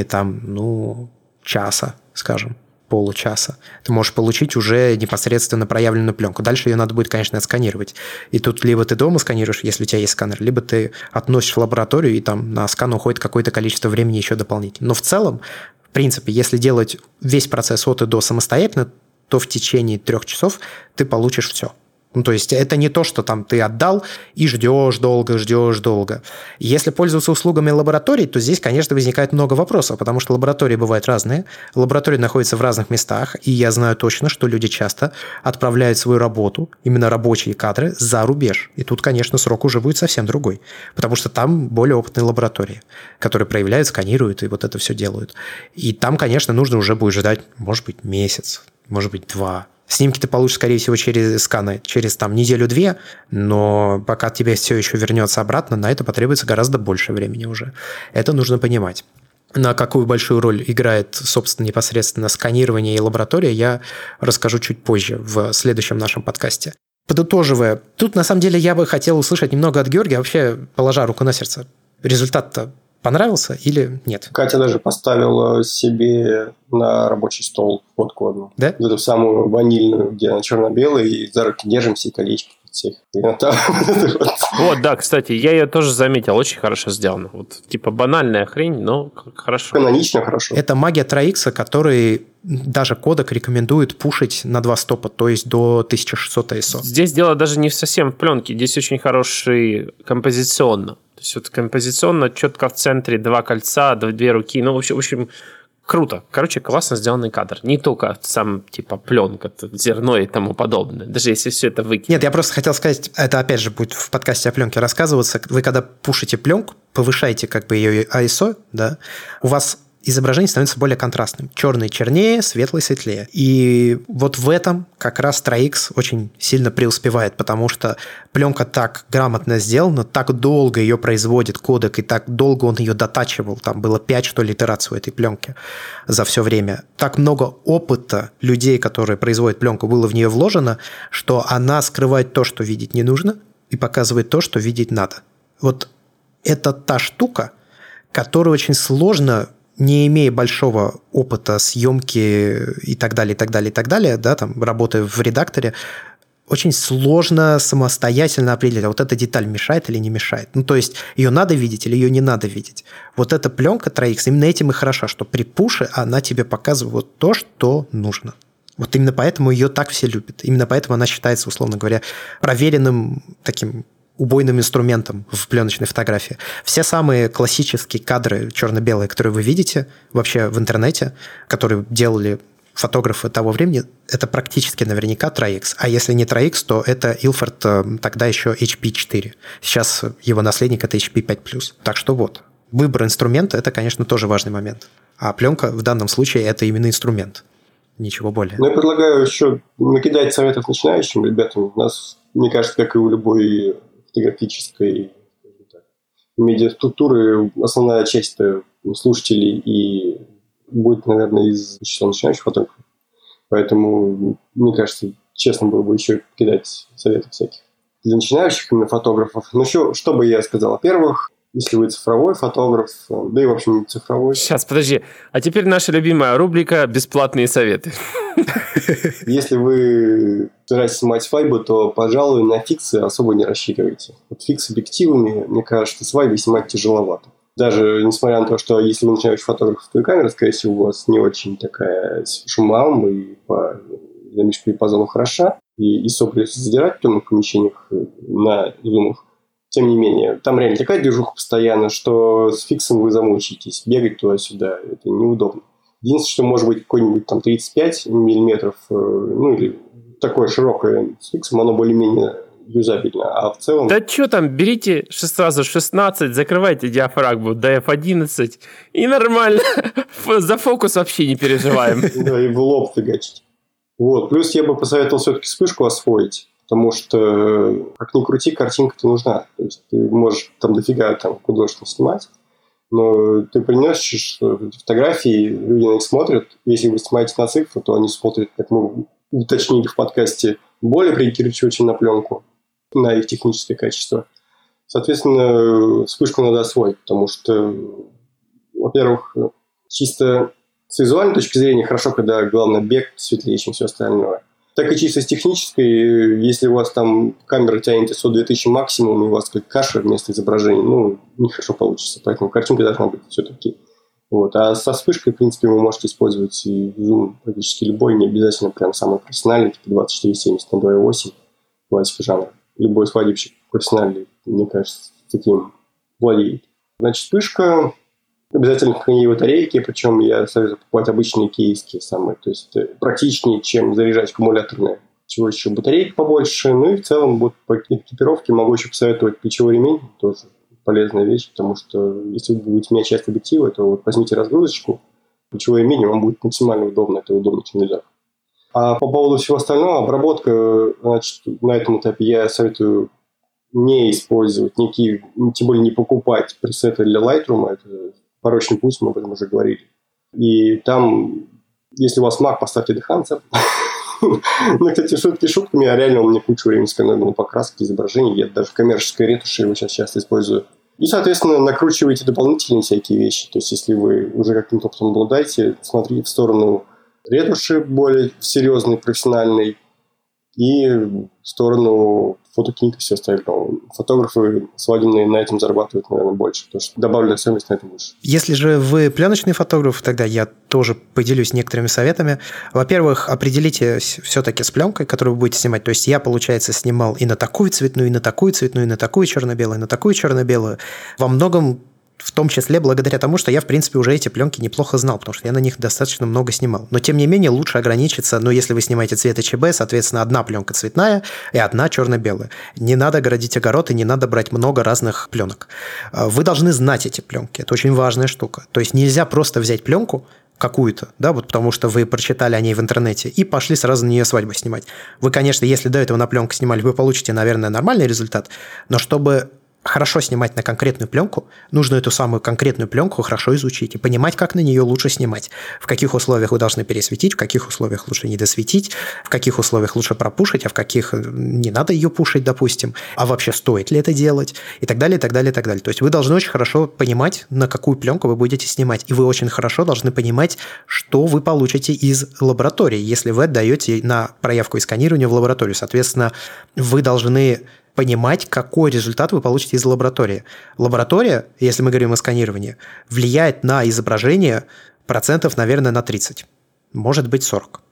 [SPEAKER 1] часа, скажем, получаса. Ты можешь получить уже непосредственно проявленную пленку. Дальше ее надо будет, конечно, отсканировать. И тут либо ты дома сканируешь, если у тебя есть сканер, либо ты относишь в лабораторию, и там на скан уходит какое-то количество времени еще дополнительно. Но в целом, в принципе, если делать весь процесс от и до самостоятельно, то в течение 3 часов ты получишь все. Ну, то есть это не то, что там ты отдал и ждешь долго. Если пользоваться услугами лабораторий, то здесь, конечно, возникает много вопросов, потому что лаборатории бывают разные, лаборатории находятся в разных местах, и я знаю точно, что люди часто отправляют свою работу, именно рабочие кадры, за рубеж. И тут, конечно, срок уже будет совсем другой, потому что там более опытные лаборатории, которые проявляют, сканируют и вот это все делают. И там, конечно, нужно уже будет ждать, может быть, месяц, может быть, 2. Снимки ты получишь, скорее всего, через сканы, через неделю-2, но пока тебе все еще вернется обратно, на это потребуется гораздо больше времени уже. Это нужно понимать. На какую большую роль играет, собственно, непосредственно сканирование и лаборатория, я расскажу чуть позже в следующем нашем подкасте. Подытоживая, тут на самом деле я бы хотел услышать немного от Георгия, вообще положа руку на сердце. Результат-то понравился или нет?
[SPEAKER 2] Катя даже поставила себе на рабочий стол фотку одну.
[SPEAKER 1] Да?
[SPEAKER 2] Вот эту самую ванильную, где она черно-белая, и за руки держимся, и колечки всех.
[SPEAKER 3] Вот, да, кстати, я ее тоже заметил, очень хорошо сделано. Вот, типа банальная хрень, но хорошо.
[SPEAKER 2] Канонично хорошо.
[SPEAKER 1] Это магия Tri-X, который даже кодек рекомендует пушить на 2 стопа, то есть до 1600 ISO.
[SPEAKER 3] Здесь дело даже не совсем в пленке, здесь очень хороший композиционно. То есть вот композиционно четко в центре 2 кольца, 2 руки. Ну, в общем, круто. Короче, классно сделанный кадр. Не только сам, типа, пленка, зерно и тому подобное. Даже если все это выкинуть.
[SPEAKER 1] Нет, я просто хотел сказать, это опять же будет в подкасте о пленке рассказываться. Вы когда пушите пленку, повышаете как бы ее ISO, да, у вас изображение становится более контрастным. Черный чернее, светлый светлее. И вот в этом как раз Tri-X очень сильно преуспевает, потому что пленка так грамотно сделана, так долго ее производит кодек, и так долго он ее дотачивал. Там было 5, что ли, итераций у этой пленки за все время. Так много опыта людей, которые производят пленку, было в нее вложено, что она скрывает то, что видеть не нужно, и показывает то, что видеть надо. Вот это та штука, которую очень сложно, не имея большого опыта съемки и так далее, да, там, работая в редакторе, очень сложно самостоятельно определить, а вот эта деталь мешает или не мешает. Ну, то есть, ее надо видеть или ее не надо видеть. Вот эта пленка Tri-X именно этим и хороша, что при пуше она тебе показывает вот то, что нужно. Вот именно поэтому ее так все любят. Именно поэтому она считается, условно говоря, проверенным таким убойным инструментом в пленочной фотографии. Все самые классические кадры черно-белые, которые вы видите вообще в интернете, которые делали фотографы того времени, это практически наверняка Tri-X. А если не Tri-X, то это Ilford, тогда еще HP4. Сейчас его наследник – это HP5+. Так что вот. Выбор инструмента – это, конечно, тоже важный момент. А пленка в данном случае – это именно инструмент. Ничего более.
[SPEAKER 2] Я предлагаю еще накидать советов начинающим ребятам. У нас, мне кажется, как и у любой фотографической медиаструктуры, основная часть слушателей и будет, наверное, из числа начинающих фотографов. Поэтому, мне кажется, честно было бы еще кидать советы всяких. Для начинающих именно фотографов. Ну, что бы я сказал? Во-первых, если вы цифровой фотограф, да и, в общем, не цифровой.
[SPEAKER 3] Сейчас, подожди. А теперь наша любимая рубрика «Бесплатные советы».
[SPEAKER 2] Если вы собираетесь снимать свадьбу, то, пожалуй, на фиксы особо не рассчитывайте. Вот фикс с объективами, мне кажется, свадьбы снимать тяжеловато. Даже несмотря на то, что если вы начинающий фотограф, то и камера, скорее всего, у вас не очень такая с шумом и по диапазону хороша. И сопли задирать в темных помещениях на зумах. Тем не менее, там реально такая движуха постоянно, что с фиксом вы замучаетесь. Бегать туда-сюда, это неудобно. Единственное, что может быть какой-нибудь там 35 миллиметров, ну или такое широкое с фиксом, оно более-менее юзабельно. А в целом...
[SPEAKER 3] Да что там, берите сразу 16, закрывайте диафрагму до F11 и нормально. За фокус вообще не переживаем.
[SPEAKER 2] Да, и в лоб фигачить. Вот. Плюс я бы посоветовал все-таки вспышку освоить. Потому что, как ни крути, картинка-то нужна. То есть ты можешь там дофига там художественно снимать, но ты приносишь фотографии, люди на них смотрят. Если вы снимаете на цифру, то они смотрят, как мы уточнили в подкасте, более придирчиво, чем на пленку, на их техническое качество. Соответственно, вспышку надо освоить, потому что, во-первых, чисто с визуальной точки зрения хорошо, когда главное бег светлее, чем все остальное. Так и чисто с технической, если у вас там камера тянет ISO 2000 максимум, и у вас как каша вместо изображения, ну, нехорошо получится. Поэтому картинка должна быть все-таки. Вот. А со вспышкой, в принципе, вы можете использовать и зум практически любой, не обязательно прям самый профессиональный, типа 2470 на 2.8, классика жанра. Любой свадебщик профессиональный, мне кажется, таким владеет. Значит, вспышка... Обязательно к ней батарейки, причем я советую покупать обычные киевские самые. То есть это практичнее, чем заряжать аккумуляторные. Чего еще? Батарейки побольше. Ну и в целом вот по экипировке могу еще посоветовать плечевой ремень. Тоже полезная вещь, потому что если вы будете менять часть объектива, то вот возьмите разгрузочку, плечевой ремень, вам будет максимально удобно. Это удобно телевизор. А по поводу всего остального, обработка, значит, на этом этапе я советую не использовать никакие, тем более не покупать пресеты для Lightroom. Это порочный путь, мы об этом уже говорили. И там, если у вас Mac, поставьте Dehancer. Ну, кстати, шутки шутками, а реально у меня кучу времени сэкономил на покраске изображений. Я даже в коммерческой ретуши его сейчас часто использую. И, соответственно, накручиваете дополнительные всякие вещи. То есть, если вы уже каким-то опытом обладаете, смотрите в сторону ретуши более серьезной, профессиональной, и в сторону фотокниг и все остальное. Фотографы свадебные на этом зарабатывают, наверное, больше, потому что добавленная стоимость на это выше.
[SPEAKER 1] Если же вы пленочный фотограф, тогда я тоже поделюсь некоторыми советами. Во-первых, определитесь все-таки с пленкой, которую вы будете снимать. То есть я, получается, снимал и на такую цветную, и на такую цветную, и на такую черно-белую, и на такую черно-белую. Во многом в том числе благодаря тому, что я, в принципе, уже эти пленки неплохо знал, потому что я на них достаточно много снимал. Но, тем не менее, лучше ограничиться, если вы снимаете цвет ЧБ, соответственно, одна пленка цветная и одна черно-белая. Не надо городить огород и не надо брать много разных пленок. Вы должны знать эти пленки. Это очень важная штука. То есть нельзя просто взять пленку какую-то, да, вот потому что вы прочитали о ней в интернете и пошли сразу на нее свадьбу снимать. Вы, конечно, если до этого на пленку снимали, вы получите, наверное, нормальный результат, но чтобы хорошо снимать на конкретную пленку, нужно эту самую конкретную пленку хорошо изучить и понимать, как на нее лучше снимать, в каких условиях вы должны пересветить, в каких условиях лучше не досветить, в каких условиях лучше пропушить, а в каких не надо ее пушить, допустим, а вообще стоит ли это делать, и так далее, и так далее, и так далее. То есть вы должны очень хорошо понимать, на какую пленку вы будете снимать, и вы очень хорошо должны понимать, что вы получите из лаборатории, если вы отдаете на проявку и сканирование в лабораторию. Соответственно, вы должны понимать, какой результат вы получите из лаборатории. Лаборатория, если мы говорим о сканировании, влияет на изображение процентов, наверное, на 30, может быть 40.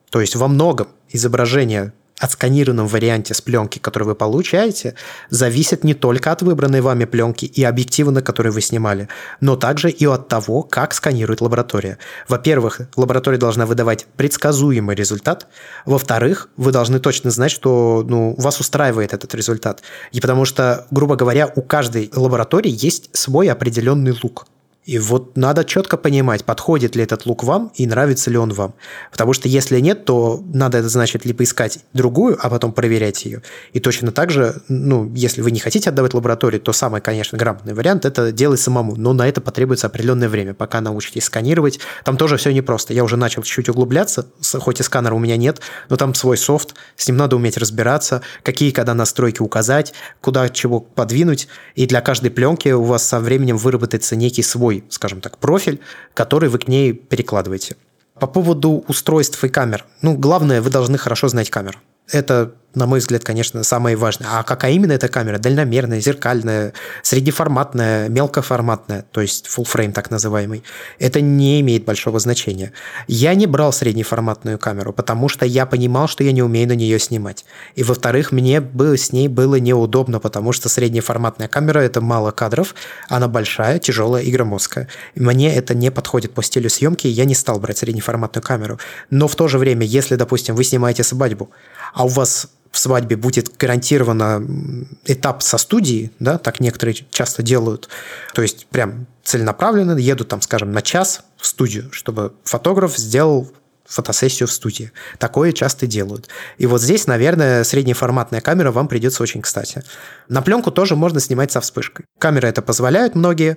[SPEAKER 1] То есть во многом изображение отсканированном варианте с пленки, который вы получаете, зависит не только от выбранной вами пленки и объектива, на который вы снимали, но также и от того, как сканирует лаборатория. Во-первых, лаборатория должна выдавать предсказуемый результат. Во-вторых, вы должны точно знать, что вас устраивает этот результат. И потому что, грубо говоря, у каждой лаборатории есть свой определенный лук. И вот надо четко понимать, подходит ли этот лук вам и нравится ли он вам. Потому что если нет, то надо это, значит, либо искать другую, а потом проверять ее. И точно так же, если вы не хотите отдавать лаборатории, то самый, конечно, грамотный вариант – это делать самому. Но на это потребуется определенное время, пока научитесь сканировать. Там тоже все непросто. Я уже начал чуть-чуть углубляться, хоть и сканера у меня нет, но там свой софт, с ним надо уметь разбираться, какие когда настройки указать, куда чего подвинуть. И для каждой пленки у вас со временем выработается некий свой, скажем так, профиль, который вы к ней перекладываете. По поводу устройств и камер. Главное, вы должны хорошо знать камеру. Это, на мой взгляд, конечно, самое важное. А какая именно эта камера? Дальномерная, зеркальная, среднеформатная, мелкоформатная, то есть full frame так называемый. Это не имеет большого значения. Я не брал среднеформатную камеру, потому что я понимал, что я не умею на нее снимать. И, во-вторых, мне с ней было неудобно, потому что среднеформатная камера – это мало кадров, она большая, тяжелая и громоздкая. И мне это не подходит по стилю съемки, и я не стал брать среднеформатную камеру. Но в то же время, если, допустим, вы снимаете свадьбу, а у вас в свадьбе будет гарантированно этап со студии, да, так некоторые часто делают, то есть прям целенаправленно едут там, скажем, на час в студию, чтобы фотограф сделал фотосессию в студии. Такое часто делают. И вот здесь, наверное, среднеформатная камера вам придется очень кстати. На пленку тоже можно снимать со вспышкой. Камеры это позволяют многие,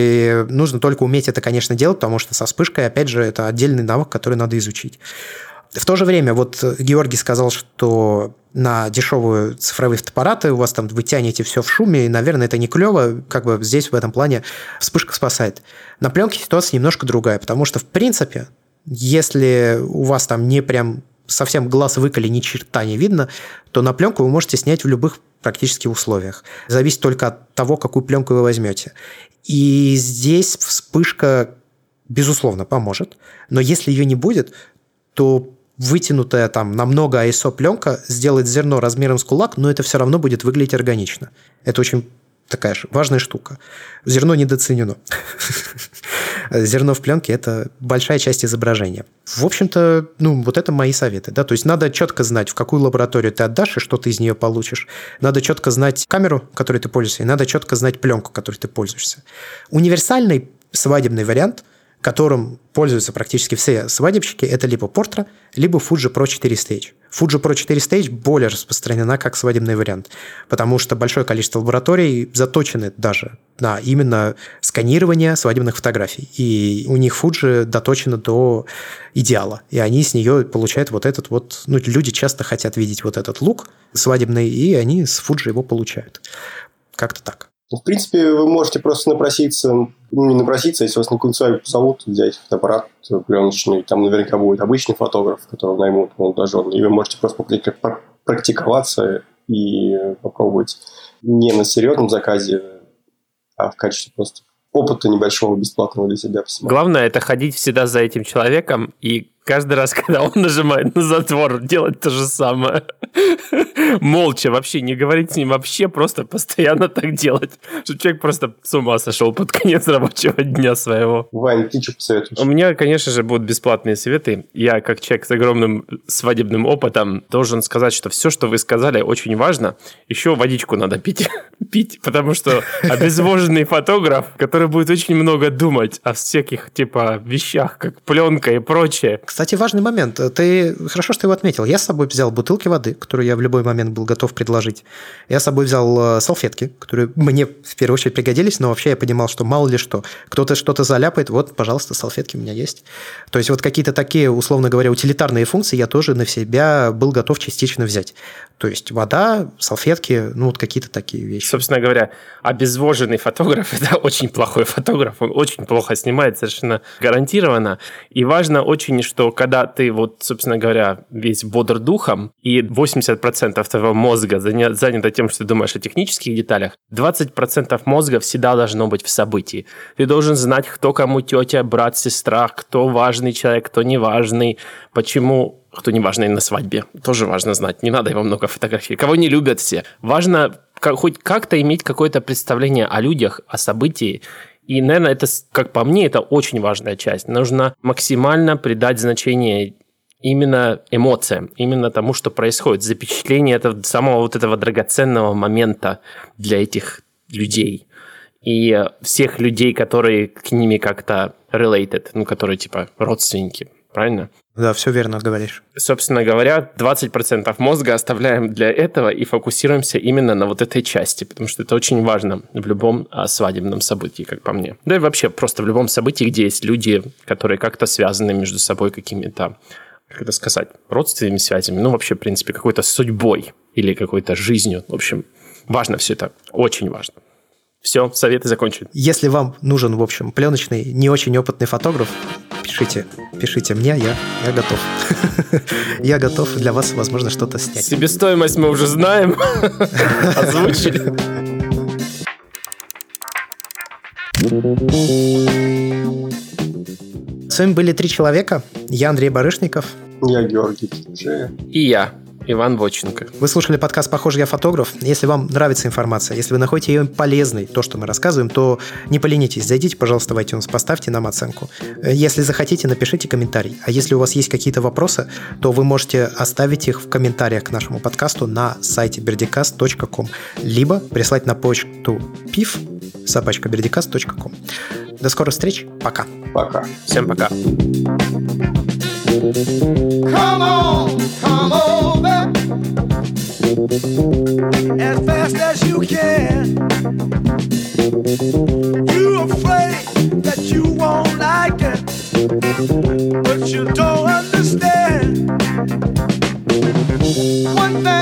[SPEAKER 1] и нужно только уметь это, конечно, делать, потому что со вспышкой, опять же, это отдельный навык, который надо изучить. В то же время, вот Георгий сказал, что на дешевые цифровые фотоаппараты у вас там вы тянете все в шуме, и, наверное, это не клево, как бы здесь в этом плане вспышка спасает. На пленке ситуация немножко другая, потому что, в принципе, если у вас там не прям совсем глаз выколи, ни черта не видно, то на пленку вы можете снять в любых практически условиях. Зависит только от того, какую пленку вы возьмете. И здесь вспышка, безусловно, поможет, но если ее не будет, то вытянутая там на много ISO пленка сделает зерно размером с кулак, но это все равно будет выглядеть органично. Это очень такая же важная штука. Зерно недооценено. Зерно в пленке – это большая часть изображения. В общем-то, вот это мои советы. Да? То есть надо четко знать, в какую лабораторию ты отдашь и что ты из нее получишь. Надо четко знать камеру, которой ты пользуешься, и надо четко знать пленку, которой ты пользуешься. Универсальный свадебный вариант, которым пользуются практически все свадебщики, это либо Portra, либо Fuji Pro 4 Stage. Fuji Pro 4 Stage более распространена как свадебный вариант, потому что большое количество лабораторий заточены даже на именно сканирование свадебных фотографий. И у них Fuji доточено до идеала. И они с нее получают вот этот вот... люди часто хотят видеть вот этот лук свадебный, и они с Fuji его получают. Как-то так.
[SPEAKER 2] В принципе, вы можете просто напроситься, не напроситься, если вас на какую-нибудь свадьбу позовут, взять фотоаппарат пленочный, там наверняка будет обычный фотограф, которого наймут молодожены, и вы можете просто практиковаться и попробовать не на серьезном заказе, а в качестве просто опыта небольшого, бесплатного для себя посмотреть.
[SPEAKER 3] Главное – это ходить всегда за этим человеком и каждый раз, когда он нажимает на затвор, делать то же самое. Молча, вообще не говорить с ним вообще, просто постоянно так делать, чтобы человек просто с ума сошел под конец рабочего дня своего.
[SPEAKER 2] Вань, ты что посоветуешь?
[SPEAKER 3] У меня, конечно же, будут бесплатные советы. Я, как человек с огромным свадебным опытом, должен сказать, что все, что вы сказали, очень важно. Еще водичку надо пить, потому что обезвоженный фотограф, который будет очень много думать о всяких, вещах, как пленка и прочее.
[SPEAKER 1] Кстати, важный момент. Ты хорошо, что его отметил. Я с собой взял бутылки воды, которую я в любой момент был готов предложить. Я с собой взял салфетки, которые мне в первую очередь пригодились, но вообще я понимал, что мало ли что. Кто-то что-то заляпает, вот, пожалуйста, салфетки у меня есть. То есть вот какие-то такие, условно говоря, утилитарные функции я тоже на себя был готов частично взять. То есть вода, салфетки, вот какие-то такие вещи.
[SPEAKER 3] Собственно говоря, обезвоженный фотограф – это очень плохой фотограф. Он очень плохо снимает, совершенно гарантированно. И важно очень, что что когда ты, вот, собственно говоря, весь бодр духом, и 80% твоего мозга занято тем, что ты думаешь о технических деталях, 20% мозга всегда должно быть в событии. Ты должен знать, кто кому тетя, брат, сестра, кто важный человек, кто неважный, почему... Кто неважный на свадьбе, тоже важно знать. Не надо его много фотографий. Кого не любят все. Важно хоть как-то иметь какое-то представление о людях, о событии. И, наверное, это, как по мне, это очень важная часть. Нужно максимально придать значение именно эмоциям, именно тому, что происходит. Запечатление самого вот этого драгоценного момента для этих людей. И всех людей, которые к ними как-то related, ну, которые типа родственники. Правильно?
[SPEAKER 1] Да, все верно говоришь.
[SPEAKER 3] Собственно говоря, 20% мозга оставляем для этого и фокусируемся именно на вот этой части, потому что это очень важно в любом свадебном событии, как по мне. Да и вообще просто в любом событии, где есть люди, которые как-то связаны между собой какими-то, как это сказать, родственными связями, ну вообще, в принципе, какой-то судьбой или какой-то жизнью. В общем, важно все это, очень важно. Все, советы закончены.
[SPEAKER 1] Если вам нужен, в общем, пленочный, не очень опытный фотограф, пишите мне, я готов. Я готов для вас, возможно, что-то снять.
[SPEAKER 3] Себестоимость мы уже знаем. Озвучили.
[SPEAKER 1] С вами были 3 человека. Я Андрей Барышников.
[SPEAKER 2] Я Георгий Киджея.
[SPEAKER 3] И я, Иван Вотченко.
[SPEAKER 1] Вы слушали подкаст «Похоже, я фотограф». Если вам нравится информация, если вы находите ее полезной, то, что мы рассказываем, то не поленитесь, зайдите, пожалуйста, в iTunes, поставьте нам оценку. Если захотите, напишите комментарий. А если у вас есть какие-то вопросы, то вы можете оставить их в комментариях к нашему подкасту на сайте birdicast.com, либо прислать на почту pif@birdicast.com. До скорых встреч. Пока.
[SPEAKER 2] Пока.
[SPEAKER 3] Всем пока.
[SPEAKER 4] Come over as fast as you can. You're afraid that you won't like it, but you don't understand. One thing